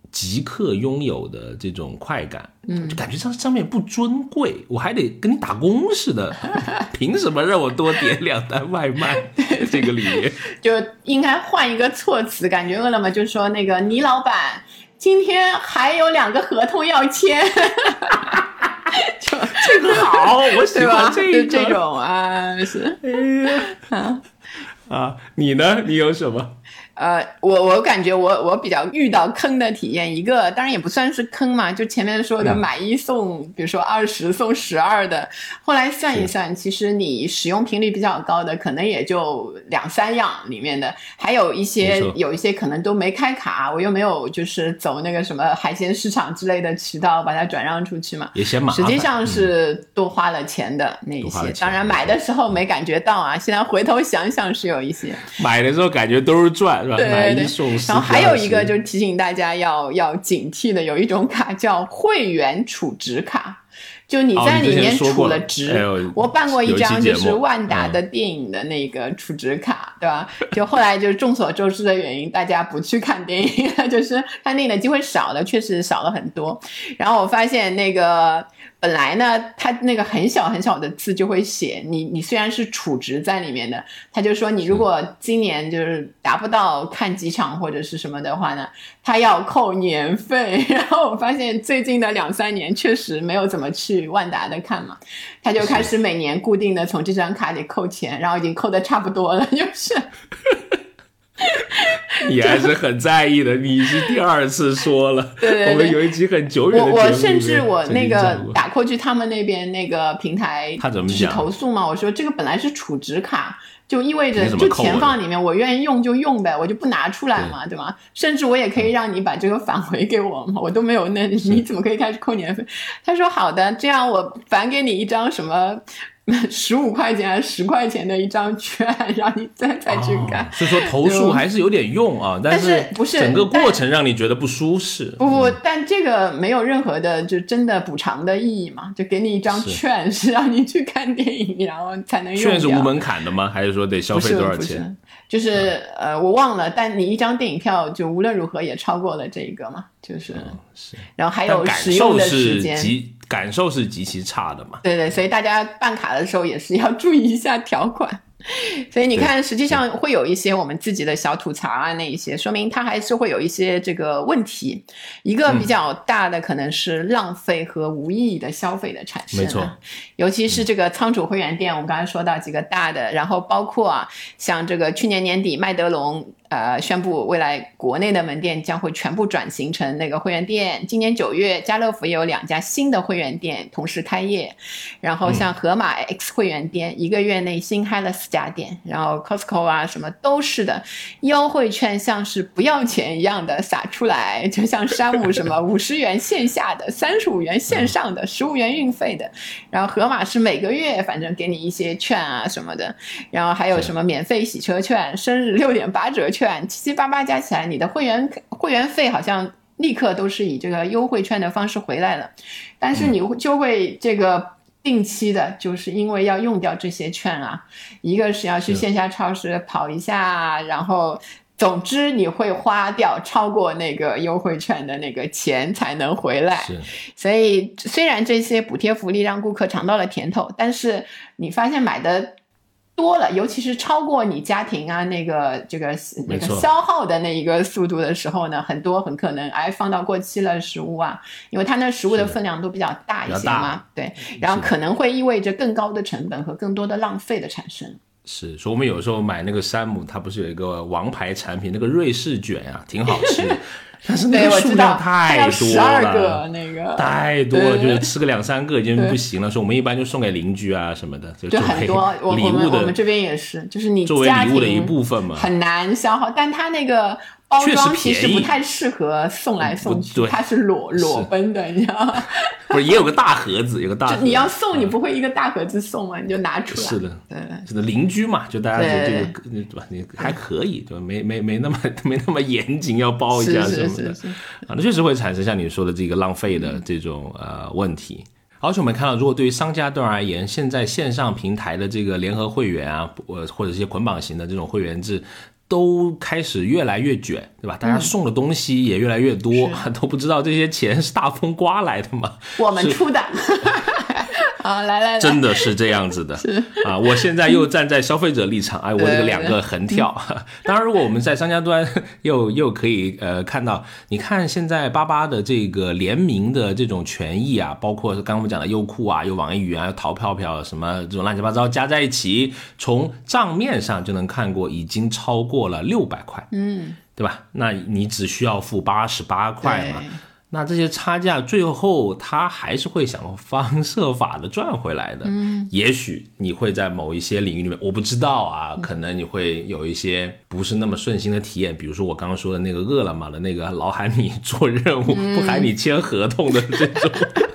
即刻拥有的这种快感，嗯，就感觉上上面不尊贵，我还得跟你打工似的，凭什么让我多点两单外卖？这个里面就应该换一个措辞，感觉饿了么就说那个倪老板今天还有两个合同要签。就这个好，我喜欢这个， 就这种啊，是， 哎呀，啊啊，你呢？你有什么？ 呃，我我感觉我我比较遇到坑的体验，一个当然也不算是坑嘛，就前面说的买一送，比如说二十送十二的，后来算一算，其实你使用频率比较高的，可能也就两三样里面的，还有一些有一些可能都没开卡，我又没有就是走那个什么海鲜市场之类的渠道把它转让出去嘛， 也嫌麻烦， 实际上是多花了钱的那一些，当然买的时候没感觉到啊，现在回头想想是有一些， 买的时候感觉都是赚。 对对对，然后还有一个就是提醒大家要要警惕的，有一种卡叫会员储值卡，就你在里面储了值，哦哎、我办过一张就是万达的电影的那个储值卡，嗯、对吧？就后来就是众所周知的原因，大家不去看电影了，就是看电影的机会少了，确实少了很多。然后我发现那个。本来呢，它那个很小很小的字就会写你，你虽然是储值在里面的，他就说你如果今年就是达不到看几场或者是什么的话呢，他要扣年费。然后我发现最近的两三年确实没有怎么去万达的看嘛，他就开始每年固定的从这张卡里扣钱，然后已经扣的差不多了，就是。 你还是很在意的，你是第二次说了。 对对对， 我们有一集很久远的节目， 我我甚至我那个打过去他们那边那个平台， 他怎么讲？ 投诉嘛？我说这个本来是储值卡，就意味着就钱放里面，我愿意用就用呗，我就不拿出来嘛， 对, 对吗？甚至我也可以让你把这个返回给我嘛，我都没有，那你怎么可以开始扣年费？他说好的，这样我返给你一张什么。十五块钱还是十块钱的一张券，让你再再去看。哦、 所以说投诉还是有点用啊，但是不是整个过程让你觉得不舒适。 不不，嗯、但这个没有任何的就真的补偿的意义嘛？就给你一张券，是, 是让你去看电影，然后才能用。 券是无门槛的吗？还是说得消费多少钱？ 就是、嗯、呃，我忘了，但你一张电影票就无论如何也超过了这个嘛，就是。嗯、是然后还有使用的时间。 感受是极其差的嘛， 对对，所以大家办卡的时候也是要注意一下条款。所以你看实际上会有一些我们自己的小吐槽啊，那一些说明它还是会有一些这个问题。一个比较大的可能是浪费和无意义的消费的产生、啊、没错，尤其是这个仓储会员店，我们刚才说到几个大的，然后包括啊，像这个去年年底麦德龙呃，宣布未来国内的门店将会全部转型成那个会员店。今年九月家乐福也有两家新的会员店同时开业，然后像盒马 X 会员店、嗯、一个月内新开了四家店，然后 Costco 啊什么都是的，优惠券像是不要钱一样的撒出来，就像山姆什么五十元线下的三十五元线上的十五元运费的，然后盒马是每个月反正给你一些券啊什么的，然后还有什么免费洗车券、生日六点八折券，七七八八加起来你的会员会员费好像立刻都是以这个优惠券的方式回来了，但是你就会这个定期的，就是因为要用掉这些券啊，一个是要去线下超市跑一下，然后总之你会花掉超过那个优惠券的那个钱才能回来，所以虽然这些补贴福利让顾客尝到了甜头，但是你发现买的多了，尤其是超过你家庭啊那个这个那个消耗的那一个速度的时候呢，很多很可能哎放到过期了食物啊，因为它那食物的分量都比较大一些嘛，对，然后可能会意味着更高的成本和更多的浪费的产生。 是，所以我们有时候买那个山姆，它不是有一个王牌产品，那个瑞士卷啊，挺好吃的。但是那个数量太多了， 十二个那个太多了，就是吃个两三个已经不行了。所以我们一般就送给邻居啊什么的，就就很多。 礼物的， 我们这边也是，就是你作为礼物的一部分嘛， 很难消耗。但它那个包装其实不太适合送来送去，它是裸裸奔的，你知道吗？ 不是，也有个大盒子，有个大盒子。 你要送，你不会一个大盒子送吗？你就拿出来。 是的，对，是的，邻居嘛，就大家这个对吧？你还可以，对吧？没没没那么没那么严谨，要包一下什么的啊，那确实会产生像你说的这个浪费的这种呃问题。而且我们看到，如果对于商家端而言，现在线上平台的这个联合会员啊，或者一些捆绑型的这种会员制， 都开始越来越卷，对吧？大家送的东西也越来越多，嗯、都不知道这些钱是大风刮来的吗？ 我们出的。啊，来来来， 真的是这样子的啊！我现在又站在消费者立场，哎，我这个两个横跳。对对对当然，如果我们在商家端又又可以呃看到，你看现在八八的这个联名的这种权益啊，包括刚刚我们讲的优酷啊、有网易云啊、有淘票票什么这种乱七八糟加在一起，从账面上就能看过，已经超过了六百块， 嗯， 对吧？那你只需要付八十八块嘛。那这些差价最后他还是会想方设法的赚回来的。嗯，也许你会在某一些领域里面，我不知道啊，可能你会有一些不是那么顺心的体验，比如说我刚刚说的那个饿了么的那个老喊你做任务、嗯、不喊你签合同的这种。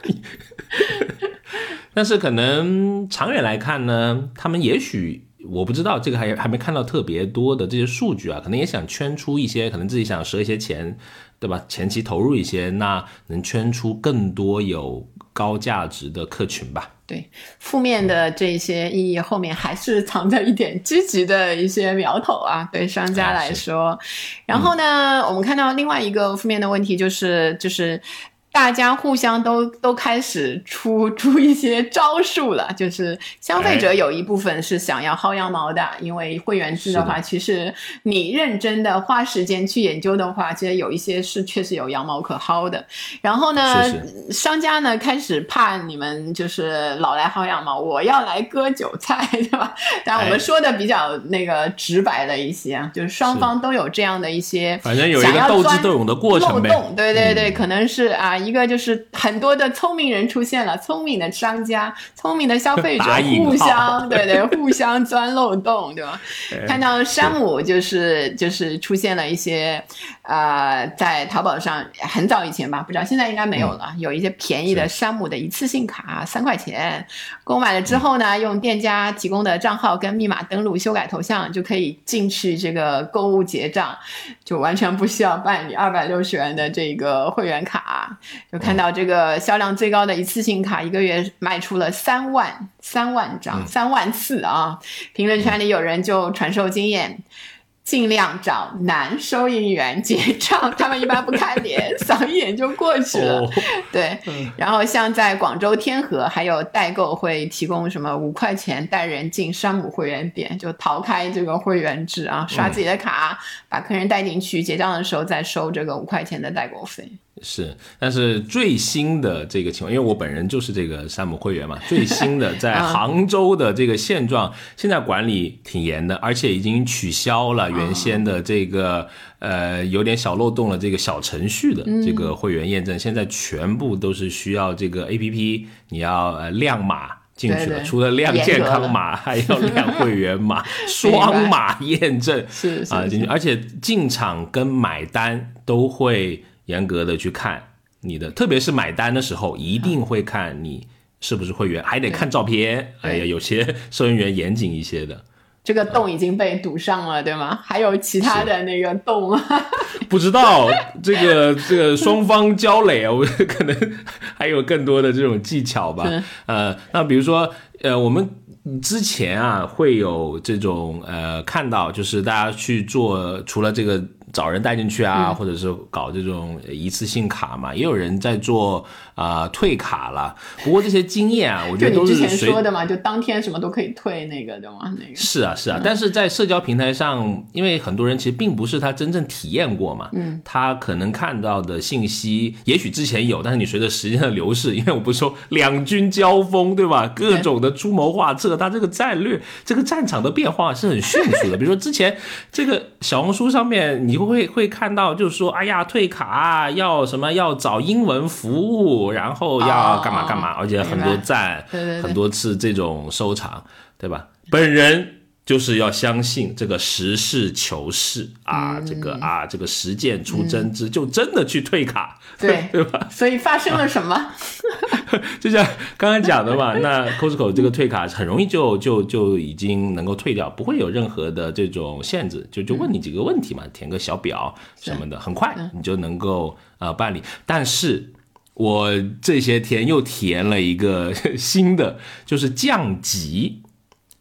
但是可能长远来看呢，他们也许我不知道，这个还还没看到特别多的这些数据啊，可能也想圈出一些，可能自己想赊一些钱，对吧？前期投入一些，那能圈出更多有高价值的客群吧。 对，负面的这些意义后面还是藏着一点积极的一些苗头啊，对商家来说。啊、然后呢、嗯，我们看到另外一个负面的问题就是就是。大家互相都都开始出出一些招数了，就是消费者有一部分是想要薅羊毛的，哎、因为会员制的话，其实你认真的花时间去研究的话，其实有一些是确实有羊毛可薅的。然后呢， 是是商家呢开始怕你们就是老来薅羊毛，我要来割韭菜，对吧？但我们说的比较那个直白了一些，哎、就是双方都有这样的一些， 反正有一个斗智斗勇的过程呗。 漏洞，对对对，嗯、可能是啊。一个就是很多的聪明人出现了，聪明的商家、聪明的消费者互相对对互相钻漏洞，对吧？看到山姆就是就是出现了一些呃，在淘宝上很早以前吧，不知道现在应该没有了，嗯、有一些便宜的山姆的一次性卡，三块钱，购买了之后呢，用店家提供的账号跟密码登录，修改头像就可以进去这个购物结账，就完全不需要办理二百六十元的这个会员卡。就看到这个销量最高的一次性卡一个月卖出了三万三万张、嗯、三万次啊！评论圈里有人就传授经验，尽量找男收银员结账，他们一般不看脸，扫一眼就过去了。哦、对，然后像在广州天河，还有代购会提供什么五块钱带人进山姆会员店，就逃开这个会员制啊，刷自己的卡，嗯、把客人带进去，结账的时候再收这个五块钱的代购费。 是，但是最新的这个情况，因为我本人就是这个山姆会员嘛，最新的在杭州的这个现状，现在管理挺严的，而且已经取消了原先的这个呃有点小漏洞了这个小程序的这个会员验证，现在全部都是需要这个 A P P 你要呃亮码进去了， 对对， 除了亮健康码，还要亮会员码，双码验证是是啊进去，而且进场跟买单都会严格的去看你的，特别是买单的时候一定会看你是不是会员，还得看照片。哎呀，有些收银员严谨一些的， 这个洞已经被堵上了，对吗？还有其他的那个洞吗？ 不知道，这个这个双方交垒啊，我可能还有更多的这种技巧吧。呃，那比如说呃，我们之前啊会有这种呃看到，就是大家去做，除了这个找人带进去啊、嗯、或者是搞这种一次性卡嘛，也有人在做啊、呃、退卡了。不过这些经验啊，我觉得都是就你之前说的嘛，就当天什么都可以退那个的嘛，那个是啊是啊、嗯、但是在社交平台上，因为很多人其实并不是他真正体验过嘛，嗯，他可能看到的信息也许之前有，但是你随着时间的流逝，因为我不是说两军交锋对吧，各种的出谋划策，他这个战略这个战场的变化是很迅速的。比如说之前这个小红书上面你会会看到就是说，哎呀退卡要什么要找英文服务，然后要干嘛干嘛、哦、而且很多赞， 对对对， 很多次这种收藏，对吧？本人就是要相信这个实事求是啊、嗯，这个啊，这个实践出真知、嗯，就真的去退卡， 对对吧？ 所以发生了什么？ 就像刚刚讲的嘛，那 Costco 这个退卡很容易就就就已经能够退掉，不会有任何的这种限制，就就问你几个问题嘛，填个小表什么的，很快你就能够呃办理。但是我这些天又填了一个新的，就是降级。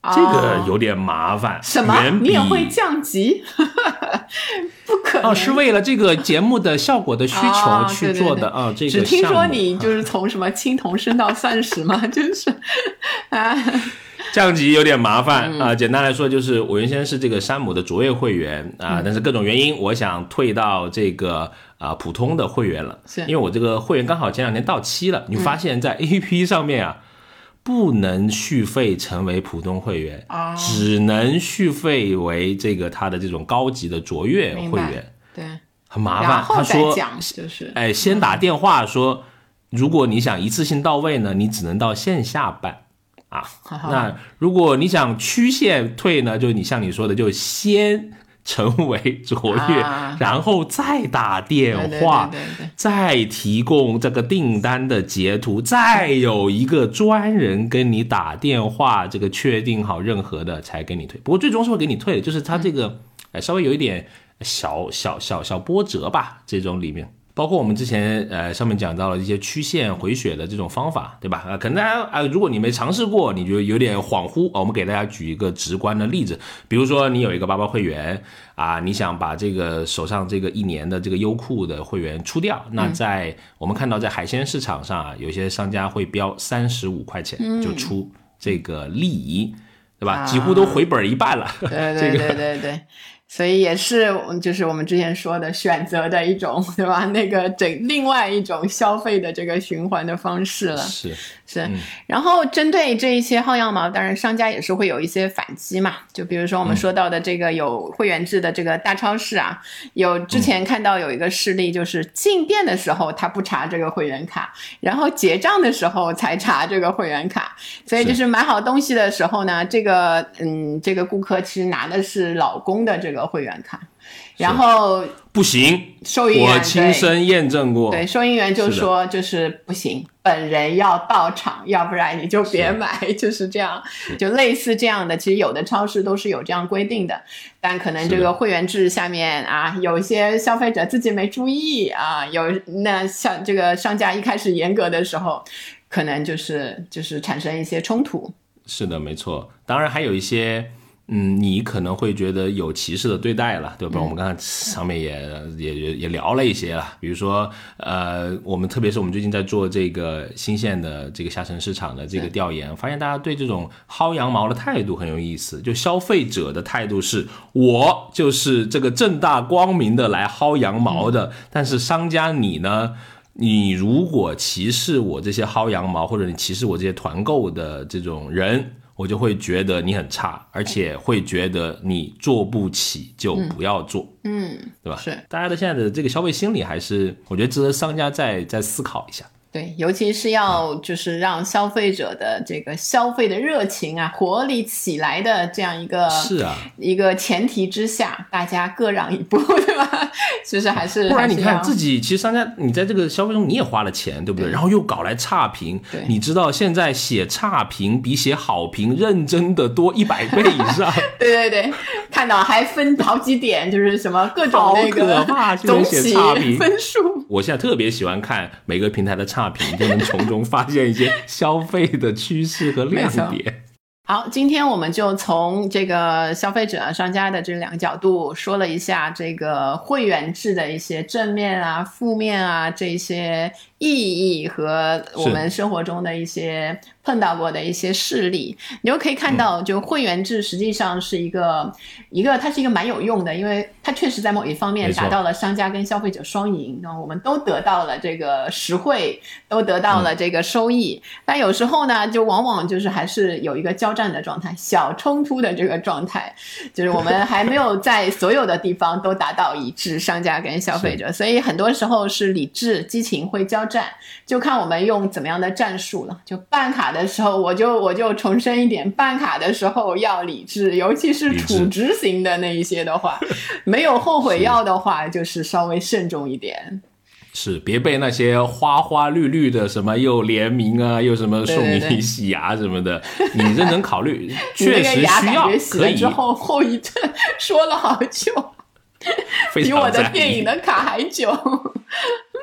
这个有点麻烦。 什么？你也会降级？不可能！ 哦，是为了这个节目的效果的需求去做的啊、哦。这个只听说你就是从什么青铜升到钻石吗？就是啊， 降级有点麻烦啊、呃。简单来说，就是我原先是这个山姆的卓越会员啊、呃，但是各种原因，我想退到这个啊、呃、普通的会员了。 是因为我这个会员刚好前两天到期了，你发现在 A P P 上面啊。嗯不能续费成为普通会员、哦、只能续费为这个他的这种高级的卓越会员。 对， 很麻烦。他说就是哎，先打电话说、嗯、如果你想一次性到位呢，你只能到线下办啊。 好好， 那如果你想曲线退呢，就你像你说的，就先成为卓越、啊、然后再打电话， 对对对对对， 再提供这个订单的截图，再有一个专人跟你打电话，这个确定好任何的才给你退。不过最终是会给你退的，就是它这个、嗯、稍微有一点小小小小波折吧，这种里面。包括我们之前呃上面讲到了一些曲线回血的这种方法，对吧？呃，可能大家啊、呃，如果你没尝试过，你觉得有点恍惚、呃、我们给大家举一个直观的例子，比如说你有一个八八会员啊、呃，你想把这个手上这个一年的这个优酷的会员出掉，那在、嗯、我们看到在海鲜市场上啊，有些商家会标三十五块钱就出这个利益、嗯，对吧？几乎都回本一半了。 对对对对对。所以也是就是我们之前说的选择的一种，对吧？那个整另外一种消费的这个循环的方式了。 是是、 嗯、 然后针对这一些薅羊毛，当然商家也是会有一些反击嘛，就比如说我们说到的这个有会员制的这个大超市啊、嗯、有之前看到有一个事例，就是进店的时候他不查这个会员卡，然后结账的时候才查这个会员卡，所以就是买好东西的时候呢，这个嗯这个顾客其实拿的是老公的这个会员卡，然后不行， 收银员我亲身验证过， 对，收银员就说就是不行，本人要到场，要不然你就别买，就是这样，就类似这样的，其实有的超市都是有这样规定的，但可能这个会员制下面啊，有一些消费者自己没注意啊，有那像这个商家一开始严格的时候，可能就是就是产生一些冲突。 是的，没错，当然还有一些。嗯，你可能会觉得有歧视的对待了，对吧？嗯、我们刚才上面也也也聊了一些了，比如说，呃，我们特别是我们最近在做这个新县的这个下沉市场的这个调研，发现大家对这种薅羊毛的态度很有意思。就消费者的态度是，我就是这个正大光明的来薅羊毛的，嗯、但是商家你呢？你如果歧视我这些薅羊毛，或者你歧视我这些团购的这种人。我就会觉得你很差，而且会觉得你做不起就不要做， 嗯，嗯对吧？ 是， 大家的现在的这个消费心理还是，我觉得值得商家再再思考一下。 对，尤其是要就是让消费者的这个消费的热情啊、活力起来的这样一个是啊一个前提之下，大家各让一步，对吧？其实还是不然你看自己，其实商家你在这个消费中你也花了钱，对不对？对，然后又搞来差评，你知道现在写差评比写好评认真的多一百倍以上。 对对对，看到还分好几点，就是什么各种那个好可怕， 总体分数。 我现在特别喜欢看每个平台的差评，就能从中发现一些消费的趋势和亮点。 好，今天我们就从这个消费者商家的这两个角度说了一下这个会员制的一些正面啊、负面啊这些意义和我们生活中的一些碰到过的一些事例，你就可以看到就会员制实际上是一个一个它是一个蛮有用的，因为它确实在某一方面达到了商家跟消费者双赢，然后我们都得到了这个实惠，都得到了这个收益、嗯、但有时候呢就往往就是还是有一个交战的状态，小冲突的这个状态，就是我们还没有在所有的地方都达到一致，商家跟消费者，所以很多时候是理智激情会交战，就看我们用怎么样的战术了。就办卡的时候，我就我就重申一点，办卡的时候要理智，尤其是处置型的那一些的话，没有后悔药的话，就是稍微慎重一点。 是，别被那些花花绿绿的什么又联名啊，又什么送你洗牙什么的，对对对，你认真考虑，确实需要，可以。你那个牙感觉洗了之后后遗症说了好久，比我的电影的卡还久。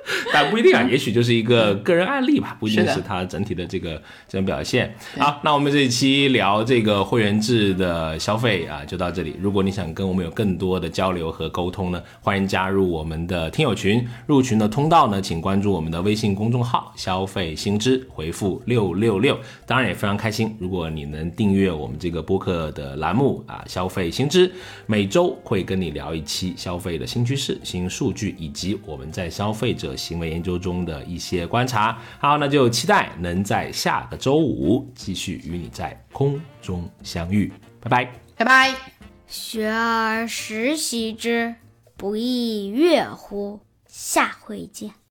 但不一定啊，也许就是一个个人案例吧，不一定是它整体的这个这种表现。好，那我们这一期聊这个会员制的消费啊，就到这里。如果你想跟我们有更多的交流和沟通呢，欢迎加入我们的听友群。入群的通道呢，请关注我们的微信公众号消费新知，回复六六六。当然也非常开心，如果你能订阅我们这个播客的栏目啊，消费新知，每周会跟你聊一期消费的新趋势、新数据，以及我们在消费者行为研究中的一些观察。好，那就期待能在下个周五继续与你在空中相遇。拜拜， 拜拜。 学而时习之，不亦说乎？下回见。